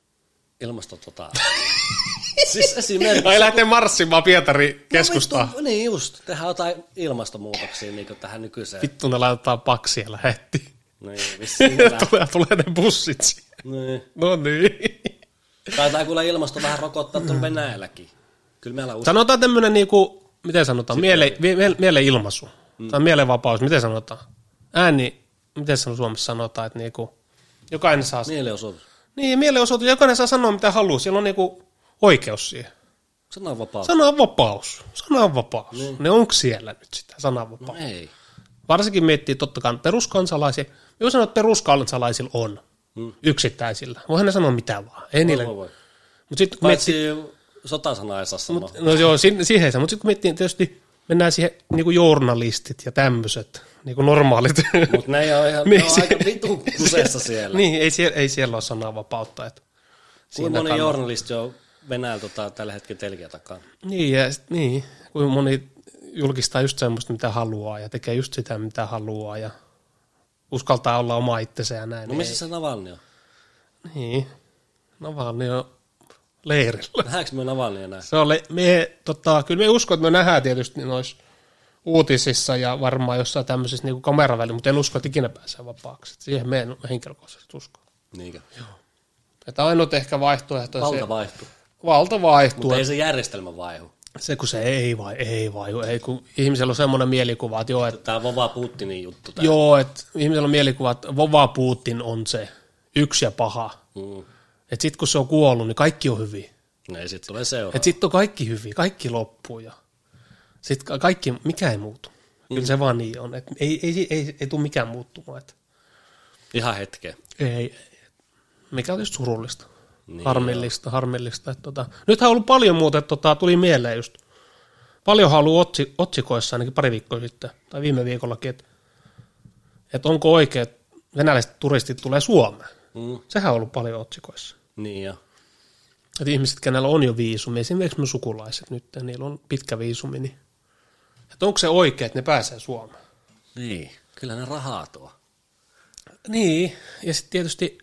siis esimerkiksi...
Ai lähtee marssimaan Pietarin keskustaan.
No, niin just, tehdään jotain ilmastonmuutoksia niin tähän nykyiseen.
Vittu ne laitetaan paksia lähetti.
Niin, vissiin
tulee ne bussit siihen.
Niin.
No niin.
Taitaa kuulla ilmasto vähän rokottaa tuolla Venäjälläkin. Kyllä meillä on...
Sanotaan tämmöinen niinku, miten sanotaan, mielenilmaisu. Tai mielenvapaus, miten sanotaan? Ääni, miten Suomessa sanotaan, että niinku, jokainen saa...
Mielenosoitus.
Niin, mielenosoitus, jokainen saa sanoa mitä haluaa, siellä on niinku oikeus siihen.
Sananvapaus.
Sananvapaus. Niin. Ne onko siellä nyt sitä sananvapaus?
No ei.
Varsinkin miettii totta kai peruskansalaisia. Jos sanoo, että peruskansalaisilla on yksittäisillä. Voihan ne sanoa mitä vaan. Ei niille.
Voi.
Mut sit,
paitsi sotasana ei saa sanoa.
No joo, siihen ei saa. Mutta sitten kun miettii, tietysti mennään siihen niinku journalistit ja tämmöiset niinku normaalit.
Mutta ne ei ole ihan niin, aika vitun kuseessa siellä.
Niin, ei siellä ole sananvapautta.
Kuinka moni journalisti on Venäjällä tällä hetkellä telkiä takaa?
Niin, kuinka moni julkistaa just semmoista, mitä haluaa ja tekee just sitä, mitä haluaa ja uskaltaa olla oma itsensä ja näin.
No missä se Navalny on?
Niin, Navalny on leirillä.
Nähdäänkö me Navalnya näin?
Se on kyllä me uskon, että me nähdään tietysti noissa uutisissa ja varmaan jossain tämmöisissä niin kameravälissä, mutta en usko, että ikinä pääsee vapaaksi. Siihen me en henkilökohtaisesti usko.
Niinkö?
Joo. Että ainut ehkä vaihtoehto
Valta vaihtuu. Mutta
ei
se järjestelmä vaihu.
Se kun se ei vaihu, kun ihmisellä on semmoinen mielikuva, että joo, että...
Tämä Vova Putinin juttu. Tää.
Joo, että ihmisellä on mielikuva, että Vova Putin on se yksi ja paha. Että sitten kun se on kuollut, niin kaikki on hyvin.
No ei sitten tulee seuraava.
Että sitten on kaikki hyvin, kaikki loppuu ja sitten kaikki, mikä ei muutu. Kyllä se vaan niin on, että ei tule mikään muuttumaan. Että...
Ihan hetkeä.
Ei. Mikä on just surullista.
Niin
harmillista. Nythän on ollut paljon muuta, että tuli mieleen just. Paljon haluaa otsikoissa ainakin pari viikkoa sitten, tai viime viikollakin, että onko oikein, että venäläiset turistit tulee Suomeen. Sehän on ollut paljon otsikoissa.
Niin jo.
Että ihmiset, kenellä on jo viisumi, esimerkiksi me sukulaiset nyt, niillä on pitkä viisumi, niin että onko se oikein, että ne pääsee Suomeen?
Niin, kyllä ne rahaa tuo.
Niin, ja sitten tietysti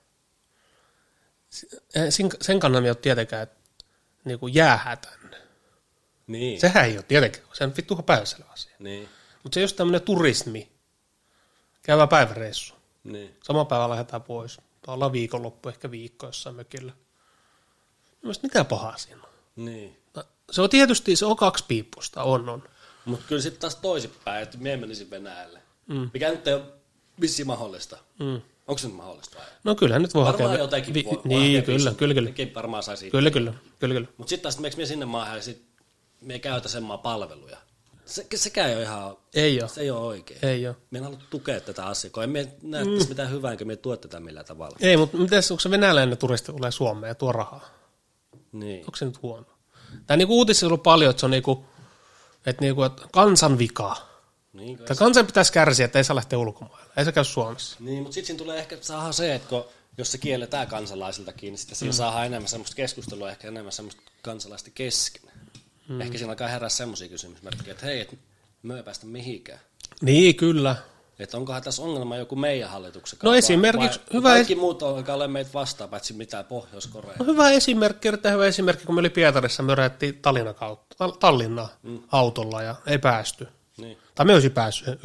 sen kannalta ei ole tietenkään, että niin jäähää tänne.
Niin.
Sehän ei ole tietenkään, se on vittuhan päiväselvä asia.
Niin.
Mutta se jos tämmöinen turismi, käyvä päiväreissu,
niin.
Sama päivä lähdetään pois, ollaan viikonloppu, ehkä viikko jossain mökillä. Mielestäni mitä pahaa siinä on?
Niin.
No, se on tietysti, se on kaksipiippuista, on.
Mutta kyllä sitten taas toisinpäin, että minä menisin Venäjälle. Mikä nyt ei ole vissiin mahdollista. Onko se nyt mahdollista vai?
No kyllähän nyt voi
varmaan
hakea.
Jotenkin
niin, kyllä.
Nekin varmaan saisi.
Kyllä.
Mutta sitten taas, miksi minä sinne maahan ja sitten minä käytä sen maan palveluja. Sekään ei ole ihan...
Ei ole.
Se ei ole oikein.
Ei ole.
Minä en halua tukea tätä asiaa, kun en minä näe tässä mitään hyvää, enkä minä tue tätä millään tavalla.
Ei, mutta mites, onko se venäläinen turisti tulee Suomeen ja tuo rahaa?
Niin.
Onko se nyt huono? Tai niinku uutisissa on ollut paljon, että se on niinku, että kansan vika.
Niin,
tai kansan pitäisi kärsiä, että ei saa lähteä ulkomaille. Ei se käy Suomessa.
Niin, mutta sitten siinä tulee ehkä saada se, että jos se kielletään kansalaisiltakin, niin sitten siinä saadaan enemmän semmoista keskustelua, ehkä enemmän semmoista kansalaista kesken. Ehkä siinä alkaa herää semmoisia kysymysmerkkejä, että hei, että me ei päästä mihinkään.
Niin, kyllä.
Että onkohan tässä ongelma joku meidän hallituksen
kanssa. No esimerkiksi...
Kaikki muut alkaa olla meitä vastaan, paitsi mitään Pohjois-Korea.
No hyvä esimerkki, kun me oli Pietarissa, me räjättiin Tallinnaan autolla ja ei päästy.
Niin.
Tai me olisi päässyt yksin,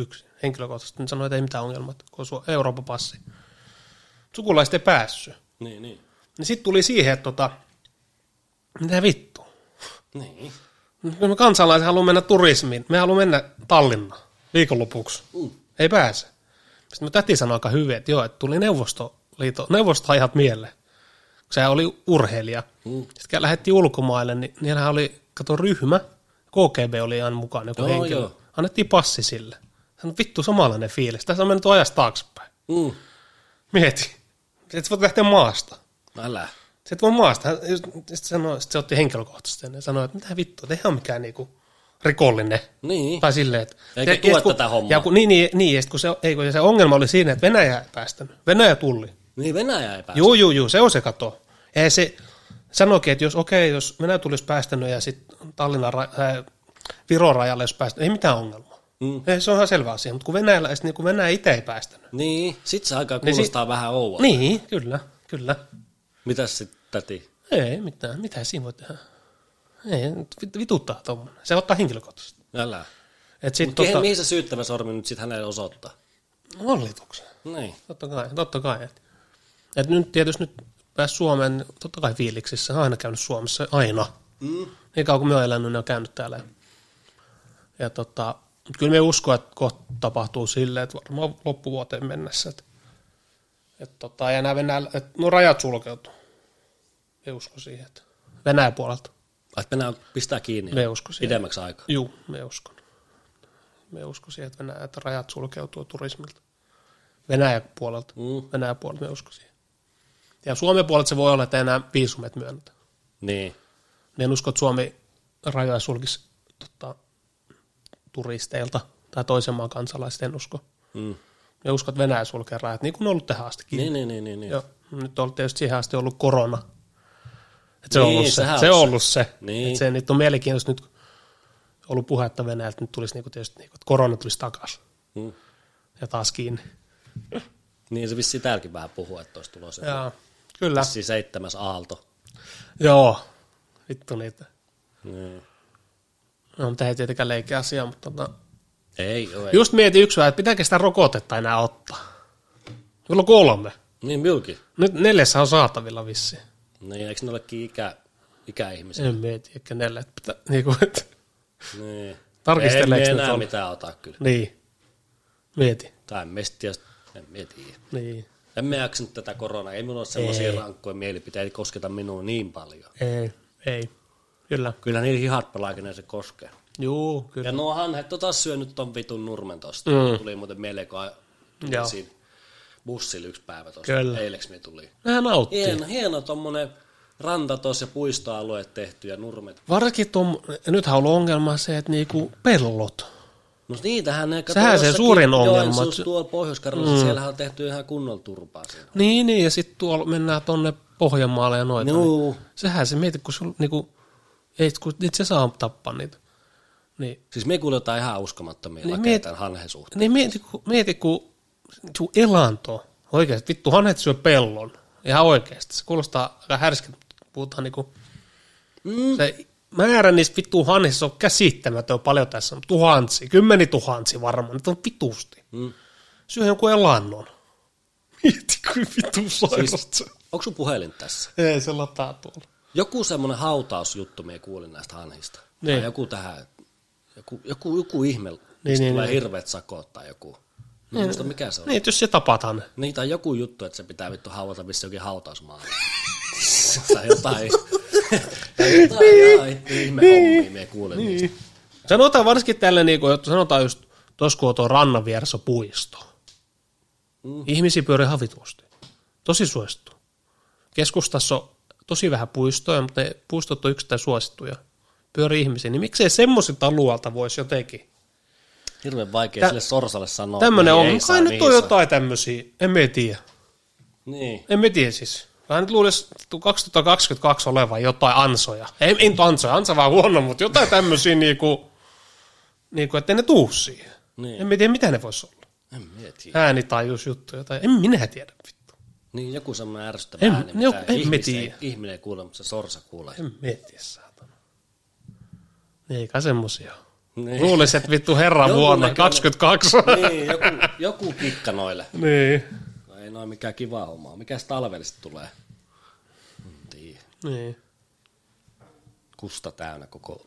henkilökohtaisesti. Ne sanoi, että ei mitään ongelmaa, kun on Euroopan passi. Sukulaiset ei päässyt.
Niin.
Niin sitten tuli siihen, että mitä vittua.
Niin.
Kun me kansalaiset haluaa mennä turismiin, me haluaa mennä Tallinnaan viikonlopuksi. Ei pääse. Sitten täti sanoi aika hyvin, että joo, että tuli neuvostoajat mieleen. Kun se oli urheilija. Sitten lähdettiin ulkomaille, niin niillähän oli, ryhmä, KGB oli aina mukaan joku henkilö. Joo. Annettiin passi sille. Sanoin, vittu samanlainen fiilis. Tässä on mennyt ajasta taaksepäin. Mieti. Et sä voit lähteä maasta.
Älä.
Sä et voi maasta. Sitten se otti henkilökohtaisesti ja sanoi, että mitä vittua, eihän ole mikään niinku rikollinen.
Niin.
Tai silleen, että...
Eikä tue tätä hommaa.
Niin, ja kun se ongelma oli siinä, että Venäjä ei päästänyt. Venäjä tulli.
Niin, Venäjä ei päästänyt.
Joo, se on se kato. Ja se sanoikin, että jos Venäjä tulisi päästänyt ja sitten Tallinnan Viron rajalle jos päästänyt, ei mitään ongelmaa. Se on ihan selvä asia, mutta kun Venäjä itse ei päästänyt.
Niin, sit se aika kuulostaa vähän ouolta.
Niin, kyllä.
Mitäs sitten täti?
Ei mitään, mitä siinä voi tehdä? Ei, vituttaa tuommoinen. Se ottaa henkilökohtaisesti.
Älä.
Mihin
se syyttävä sormi nyt sitten hänelle osoittaa?
Hallituksen.
Niin.
Totta kai. Et nyt tietysti pääsi Suomeen, totta kai fiiliksissä, aina käynyt Suomessa, aina. Niin kauan kuin me on elänyt, ne on käynyt täällä. Ja kyllä me uskon, että kohta tapahtuu silleen, että varmaan loppuvuoteen mennessä. Ja nämä rajat sulkeutuu. Me uskon siihen, että Venäjän puolelta.
Että Venäjä pistää kiinni pidemmäksi aikaa.
Joo, me uskon. Me uskon siihen, että rajat sulkeutuu turismilta. Venäjän puolelta me uskon siihen. Ja Suomen puolelta se voi olla, että enää viisumet myönnetään.
Niin.
En usko, että Suomi rajoja sulkisi turisteilta tai toisen maan kansalaiset, en usko. Ja usko, että Venäjä sulkee rajat, niin kuin on ollut tähän asti.
Niin.
Joo, nyt on tietysti siihen asti ollut korona. Se on ollut se. Niin. Se nyt on mielenkiintoista nyt ollut puhetta Venäjältä, nyt tulisi tietysti, että korona tulisi takaisin. Ja taas kiinni.
Niin se vissiin täälläkin vähän puhuu, että olisi tulossa.
Joo, kyllä.
Vissiin 7. aalto.
Joo, vittu niitä.
Niin.
No, mutta ei tietenkään leikkiä asiaa, mutta
ei.
Just mietin yksi vähän, että pitääkö sitä rokotetta enää ottaa. Meillä on 3.
Niin, milloinkin.
Nyt 4 on saatavilla vissiin.
Niin, eikö ne olekin ikäihmisiä?
En mieti, ehkä 4. Että
niin.
Tarkisteleeko
ei enää mitään ota kyllä.
Niin. Mieti.
Tai en mieti.
Niin.
En mä jaksanut tätä koronaa. Ei minulla ole semmoisia rankkoja mielipiteitä, ei kosketa minua niin paljon.
Ei. Kyllä.
Kyllä niillä hihat pelaa, kenen se koskee.
Juu, kyllä.
Ja nuo hanhet on taas syönyt ton vitun nurmen tosta. Tuli muuten mieleen, kun tuli siinä bussilla yksi päivä tosta. Eileksi me tuli.
Nehän nauttii.
Hieno tommonen ranta tuossa ja puistoalueet tehty ja nurmet.
Varsinkin nythän on ollut ongelma se, että niinku pellot.
No niitähän ne
sehän se suurin ongelma.
Joensuussa tuolla Pohjois-Karjalassa, siellähän on tehty ihan kunnon turpaa siellä.
Niin, ja sitten tuolla mennään tonne Pohjanmaalle ja noita. Niin, sehän se mieti, kun sun niinku, kun niitä se saa tappaa niitä. Niin.
Siis me kuuletaan ihan uskomattomia lakeja tämän hanhen suhteen.
Niin mieti kun sun elanto, oikeasti vittu hanhet syö pellon, ihan oikeasti. Se kuulostaa aika härskin, puhutaan niinku, se määrä niistä vittu hanhissa on käsittämätön paljon tässä, tuhansia, 10 000 varmaan, nyt on vitusti. Syö jonkun elannon. Mieti, kuin vittu sairasta.
Siis, onko sun puhelin tässä?
Ei, se lataa tuolla.
Joku semmoinen hautausjuttu me kuulin näistä hanhista. Niin. Tai joku tähän, joku ihme, mistä tulee hirveät sakot tai joku. Niin, muista mikä se on.
Niin, jos se tapataan.
Niin, tai joku juttu, että se pitää vittu hauvata missä jokin hautausmaa. Tai jotain ihme hommia me kuulin niistä.
Sanotaan varsinkin tälle, niin kuin, sanotaan just tuossa kun on tuo rannan vieressä puisto. Ihmisiä pyörii havitusti. Tosi suosittu. Keskustassa on tosi vähän puistoja, mutta ne puistot on yksittäin suosittuja. Pyörii ihmisiä, niin miksei semmoisilta alueelta voisi jotenkin.
Hirveän vaikea sille sorsalle sanoa.
Tämmöinen on, kai nyt on jotain tämmöisiä, en me tiedä.
Niin.
En me tiedä siis. Vähän nyt luulisi 2022 olevan jotain ansoja. Ei ansoja, ansa vaan huono, mutta jotain tämmöisiä niinku, ettei ne tuu siihen.
Niin.
En tiedä, mitä ne vois olla.
En mieti.
Äänitajuusjuttuja tai en minä tiedä vittu.
Niin, joku semmoinen ärsyttävä ääni, mitä ihminen ei kuule, mutta se sorsa kuulee.
En mietiä, saatana. Eikä semmosia.
Niin.
Luulisin, että vittu herran vuonna 22.
Niin, joku kikka noille.
Niin.
No ei noin mikään kiva homma. Mikäs talvellista tulee?
Niin.
Kusta täynnä koko...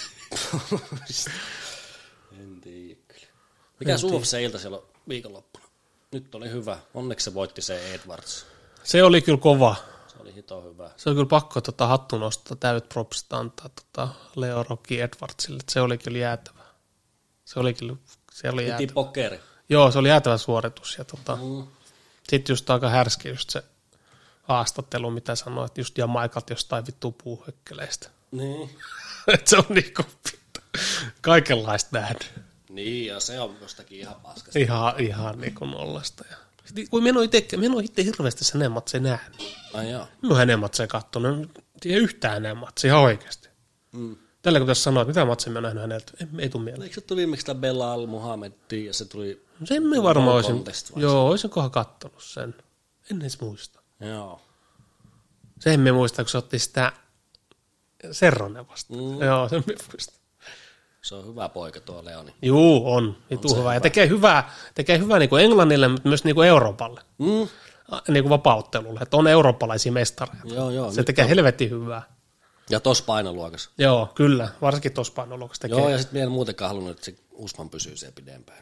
En tiedä kyllä. Mikä UFC-ilta siellä on viikonloppuna? Nyt oli hyvä. Onneksi se voitti se Edwards.
Se oli kyllä kova.
Se oli hito hyvä.
Se on kyllä pakko hattuun nostaa, täydet propsit antaa Leo Rocky Edwardsille. Se oli kyllä jäätävä. Se oli jäätävä.
Pokeri.
Joo, se oli jäätävä suoritus. Ja sitten just aika härski just se haastattelu, mitä sanoi, että just Jamaikat jostain vittu puuhökkeleistä.
Niin.
Että se on niinku kaikenlaista nähnyt.
Niin, ja se on jostakin ihan paskasta.
Ihan niinku nollasta. Ja kun minä en itse hirveästi sen enemmän matseja nähnyt.
Ai joo.
Minä olen enemmän matseja kattonut. Ei yhtään enemmän matseja, ihan oikeasti. Tällä kun tässä sanoit, että mitä matseja minä olen nähnyt häneltä, ei tule mieleen.
Eikö se tuli viimeksi tämä Belal Muhammadin ja se tuli...
Sen minä varmaan olisinkohan kattonut sen. En edes muista.
Joo.
Sen minä muistan, kun se otti sitä Serronen vastaan. Joo, sen minä muistan.
Se on hyvä poika tuo Leoni.
Juu, on hyvä. Ja tekee hyvää niin kuin Englannille, mutta myös niin kuin Euroopalle. Niin kuin vapauttelulle, että on eurooppalaisia mestareita.
Joo,
se tekee helvetin hyvää.
Ja tossa painoluokassa.
Joo, kyllä. Varsinkin tossa painoluokassa tekee.
Joo, ja sitten minä en muutenkaan halunnut, että se Usman pysyy siellä pidempään.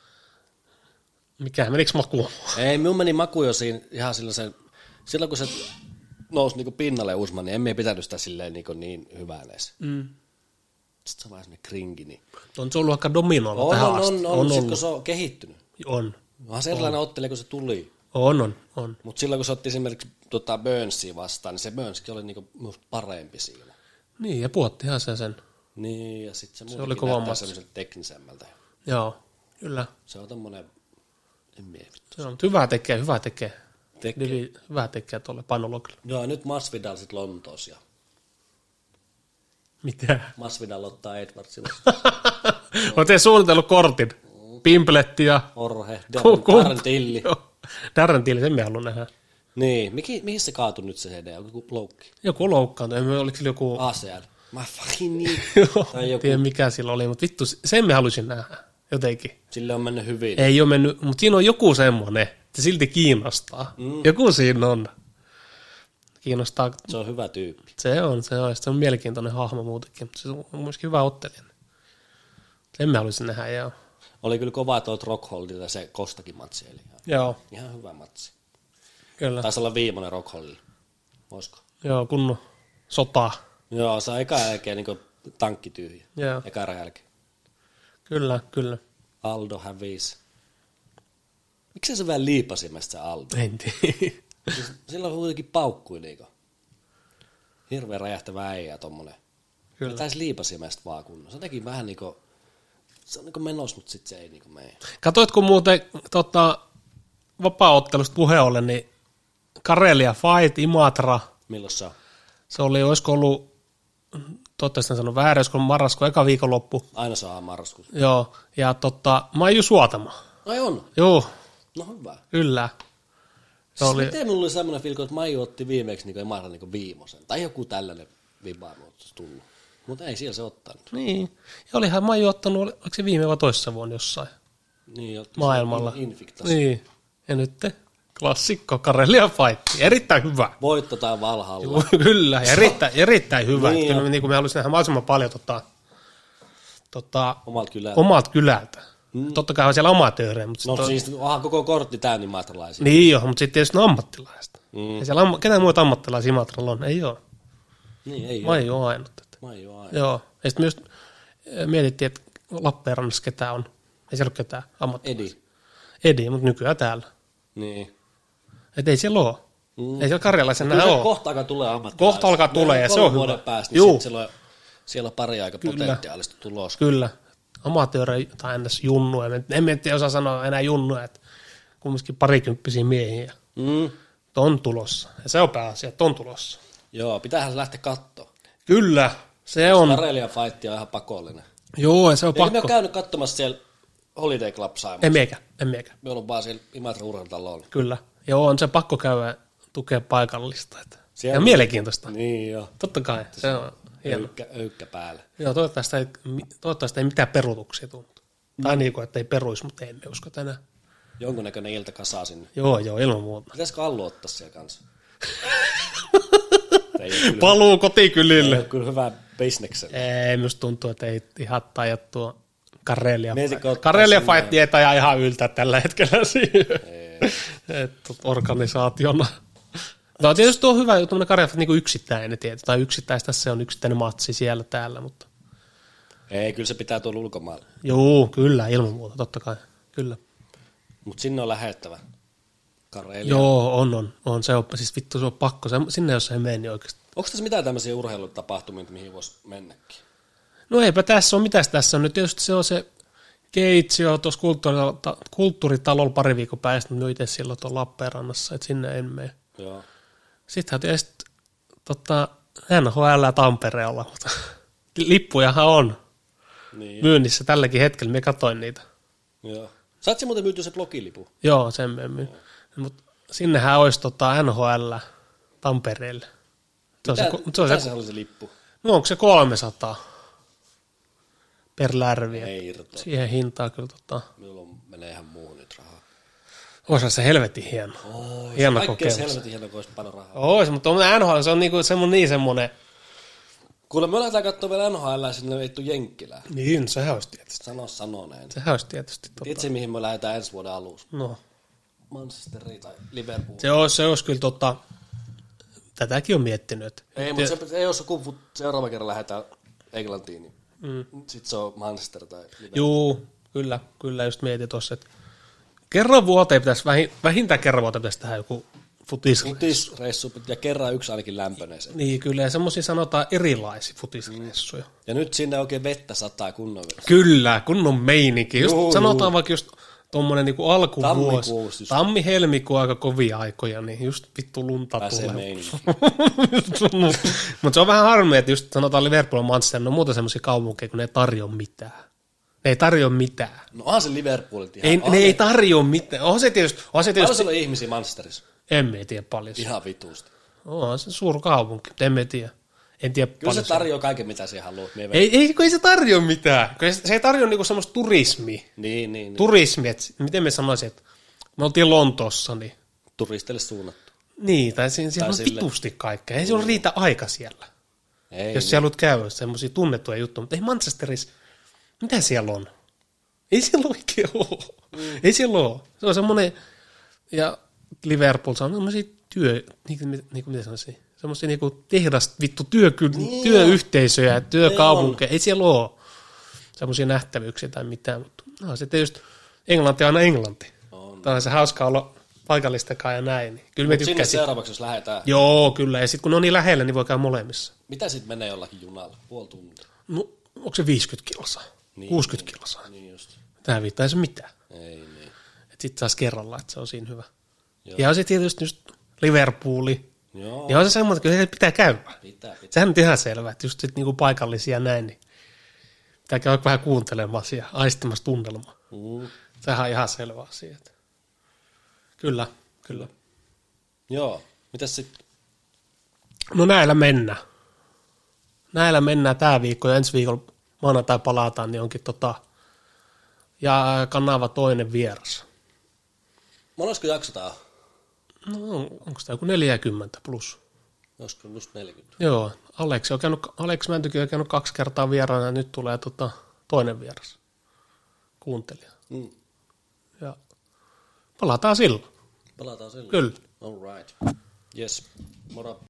Menikö makuun?
Ei, minun meni maku jo siinä ihan silloin kun se nousi niin pinnalle Usman, niin emme pitänyt sitä silleen niin hyvään edes. Sitten se on vähän semmoinen kringi. Niin.
On se ollut aika dominoiva tähän asti.
On sitten kun se on kehittynyt.
On.
Onhan se erilainen ottelija, kun se tuli.
On.
Mutta silloin kun se otti esimerkiksi Burnsia vastaan, niin se Burnskin oli niinku parempi siinä.
Niin, ja puhuttihan se sen.
Niin, ja sitten se
oli kova
näyttää semmoiselta teknisemmältä.
Joo, kyllä.
Se on tommonen, en mieti.
Se on, hyvä tekee. Hyvä tekee tuolle painoluokille.
Joo, nyt Masvidal sitten Lontoossa.
Mitä?
Masvidal ottaa Edwardsin.
Olet suunnitellut kortin. Pimpletti ja...
Orhe, Darren Tilli.
Darren Tilli, sen me haluan nähdä.
Niin, mihin se kaatui nyt se CD? Joku loukki?
Joku loukkaantui, oliko sillä joku...
ACL. Mä fucking niin.
Tiedä mikä sillä oli, mutta vittu, sen me halusin nähdä jotenkin.
Sille on mennyt hyvin.
Ei ole mennyt, mutta siinä on joku semmoinen, että silti kiinnostaa. Joku siinä on. Kiinnostaa.
Se on hyvä tyyppi.
Se on mielenkiintoinen hahmo muutenkin, mutta se on myöskin hyvä ottelija. Sen me halusin nähdä, joo.
Oli kyllä kova tuo Rockholdilla se Kostakin matsi. Eli ihan hyvä matsi.
Kyllä.
Taisi olla viimeinen Rockholdilla. Voisiko?
Joo, kunnon sotaa.
Joo, se on eka jälkeen niin tankki tyhjä.
Joo.
Eka jälkeen.
Kyllä.
Aldo hävisi. Miksi se vähän liipasimesta se Aldo?
En tiedä.
Silloin kuitenkin paukkui niinku. Hirveän räjähtävä äijä tommonen. Kyllä. Taisi liipasimesta vaan kunnon. Se teki vähän niinku, se on niinku menossa, mutta sit se ei niinku mene.
Katoitko muuten vapaa-ottelusta puheen ollen, niin Karelia Fight, Imatra.
Milloin se on?
Se oli, olisiko ollut, toivottavasti en sano väärin, olisiko ollut marraskuun eka viikonloppu.
Aina saa marraskuussa.
Joo, ja Maiju Suotamo.
Ai on?
Joo.
No hyvä.
Kyllä.
Miten minulla oli semmoinen filko, että Maiju otti viimeksi niin Imatra niin viimeisen. Tai joku tällainen vibaa tullut. Mutta ei siellä se ottanut.
Niin. Ja olihan Maiju ottanut, oliko se viime vai toissa vuonna jossain
niin,
maailmalla.
Invictassa.
Niin. Ja nyt klassikko Karelia Fight. Erittäin hyvä.
Voitto tai Valhalla.
Kyllä, erittäin hyvä.
Niin
kyllä niin kuin me haluaisin nähdä mahdollisimman paljon
omalta
kylältä. Totta kai on siellä amatöörejä.
No siis koko kortti täynnä imatralaisia.
Niin joo, mutta sitten tietysti ne ammattilaiset. Ei siellä ketään muita ammattilaisia Imatralla on? Ei ole.
Niin, ei ole.
Maiju on ainut.
Maiju on ainut.
Joo. Ja sitten myös mietittiin, että Lappeenrannassa ketään on. Ei siellä ole ketään ammattilaisia. Edi, mutta nykyään täällä.
Niin.
Että ei siellä ole. Ei siellä karjalaisen enää ole.
Kohta alkaa tulee ammattilaisia.
Kohta alkaa tulee ja se on hyvä.
Vuoden päästä, niin siellä on pari aika potentiaalista tulossa.
Kyllä. Amatöörejä tai ennäs junnuja. En osaa sanoa enää junnuja, että kumminkin parikymppisiä miehiä. On tulossa. Ja se on pääasia, että on tulossa.
Joo, pitäähän se lähteä katsoa.
Kyllä, se on.
Karelia Fight on ihan pakollinen.
Joo, se on pakko.
Eikö me ole käynyt katsomassa siellä Holiday Club Saimassa?
En meikä.
Me ollaan vaan siellä Imatra urheilutalolla.
Kyllä. Joo, on se pakko käydä tukea paikallista. Ja mielenkiintoista.
Niin joo.
Totta kai, se on hieno.
Öykkä päällä.
Joo, toivottavasti ei mitään peruutuksia tuntuu. Tai niin kuin, että ei peruisi, mutta emme usko tänään.
Jonkunnäköinen ilta kasaa sinne.
Joo, ilman muuta.
Pitäisikö Allu ottaa siellä kanssa?
Paluu kotikylille.
Ei ole kyllä hyvä bisneksellä.
Ei, musta tuntuu, että ei ihan tajat tuo Karelia Fight ei taja ihan yltää tällä hetkellä siihen. Että organisaationa. No tietysti tuo on hyvä, tuommoinen Karelia Fight niin yksittäinen tietysti. Tai yksittäistä se on yksittäinen matsi siellä täällä, mutta...
Ei, kyllä se pitää tuolla ulkomailla.
Joo, kyllä, ilman muuta, totta kai, kyllä.
Mutta sinne on lähettävä. Karelia.
Joo, on. Se on, siis vittu, se on pakko. Sinne jos ei mene, niin oikeasti.
Onko tässä mitään tämmöisiä urheilutapahtumia, mihin voisi mennäkin?
No eipä tässä ole. Mitäs tässä on nyt? Tietysti se on se Keitsio tuossa kulttuuritalolla pari viikon päästä, mutta itse silloin tuolla Lappeenrannassa, että sinne en mene.
Joo.
Sittenhän tietysti NHL Tampereella, mutta lippujahan on myynnissä tälläkin hetkellä. Minä katsoin niitä.
Joo. Saat se muuten myyty se blogilipu?
Joo, sen me myyn. Mutta sinnehän olisi NHL Tampereelle.
Mitä se oli se lippu?
No onko se 300 per lärvi?
Ei irtoa.
Siihen hintaan kyllä
Milloin menee ihan muuhun nyt rahaa?
Olisi se helvetin hieno. Hieno kokemus.
Helvetin hieno, kun olisi paljon rahaa.
Olisi, mutta NHL se on niin semmoinen...
Kuule, me lähdetään katsomaan vielä NHL ja sinne veittu Jenkkilään.
Niin, sehän olisi tietysti.
Sano näin.
Sehän olisi tietysti.
Tiedätkö, mihin me lähdetään ensi vuoden alussa?
No.
Manchesteriin tai Liverpool.
Se olisi kyllä tätäkin on miettinyt.
Ei, mutta se ei ole se, kun seuraava kerran lähdetään Englantiin, niin sitten se on Manchester tai Liverpool.
Juu, kyllä just mietin tuossa, että kerran vuoteen pitäisi, vähintään kerran vuoteen pitäisi tehdä joku
futisreissu ja kerran yksi ainakin lämpöneeseen.
Niin, kyllä, ja semmoisia sanotaan erilaisia futisreissuja.
Ja nyt sinne oikein vettä sataa kunnon vettä.
Kyllä, kunnon meininki. Just sanotaan vaikka just tuommoinen niinku alkuvuosi. Tammi-helmikuu aika kovia aikoja, niin just vittu lunta tulee. Mutta se on vähän harmi, että just sanotaan Liverpool ja Manchester, ne on muuta semmoisia kaupunkeja, kun ne ei tarjoa mitään. Ne ei tarjoa mitään.
No onhan se Liverpoolit ihan.
Ne ei tarjoa mitään. Onhan se tietysti.
Paljon siellä on ihmisiä Manchesterissa?
Emme tiedä paljon.
Ihan vituusti.
Onhan se suuri kaupunki, mutta emme tiedä. En tiedä
kyllä paljon se tarjoaa kaiken, mitä siihen haluaa.
Ei se tarjoa mitään. Se ei tarjoa niinku semmoista turismia.
Niin.
Turismi, että miten me sanoisin, että me oltiin Lontoossa, niin...
Turisteille suunnattu.
Niin, tai siellä on vitusti kaikkea. Ei siellä riitä aika siellä. Jos siellä haluat käydä semmoisia tunnettuja juttuja. Mutta ei Manchesterissa, mitä siellä on? Ei siellä oikein ole. Ei siellä ole. Se on semmoinen, ja Liverpool on semmoisia miten sanoisin, semmoisia niinku työyhteisöjä ja työkaupunkeja. Ei siellä ole semmoisia nähtävyyksiä tai mitään, mutta no, sitten just Englanti on aina Englanti. Tämä on se hauska olla paikallistakaan ja näin. Niin kyllä
mutta sinne seuraavaksi, jos lähdetään.
Joo, kyllä. Ja sitten kun ne on niin lähellä, niin voi käydä molemmissa.
Mitä sitten menee jollakin junalla? Puoli tuntia?
No, onko se 50 kilsaa? Niin, 60 kilsaa?
Niin just.
Tähän viittaa ei se mitään.
Ei niin.
Että sitten taas kerralla, että se on siinä hyvä. Joo. Ja on se tietysti just Liverpooli.
Joo.
Ja on se semmoinen, että kyllä pitää käydä.
Pitää.
Sehän on ihan selvä, että just sit niinku paikallisia näin, niin pitää käydä vähän kuuntelemaan ja aistimassa tunnelmaa. Sehän on ihan selvä asia. Kyllä.
Joo, mitäs sitten?
No näillä mennään tämä viikko ja ensi viikolla maanantai palataan, niin onkin ja kanava toinen vieras.
Monesko jaksotaan?
No onko tämä joku 40 plus?
Olisiko just 40?
Joo, Aleksi Mäntykin on käynyt 2 kertaa vieraana ja nyt tulee toinen vieras, kuuntelija. Ja palataan silloin.
Palataan silloin?
Kyllä.
All right. Yes, moro.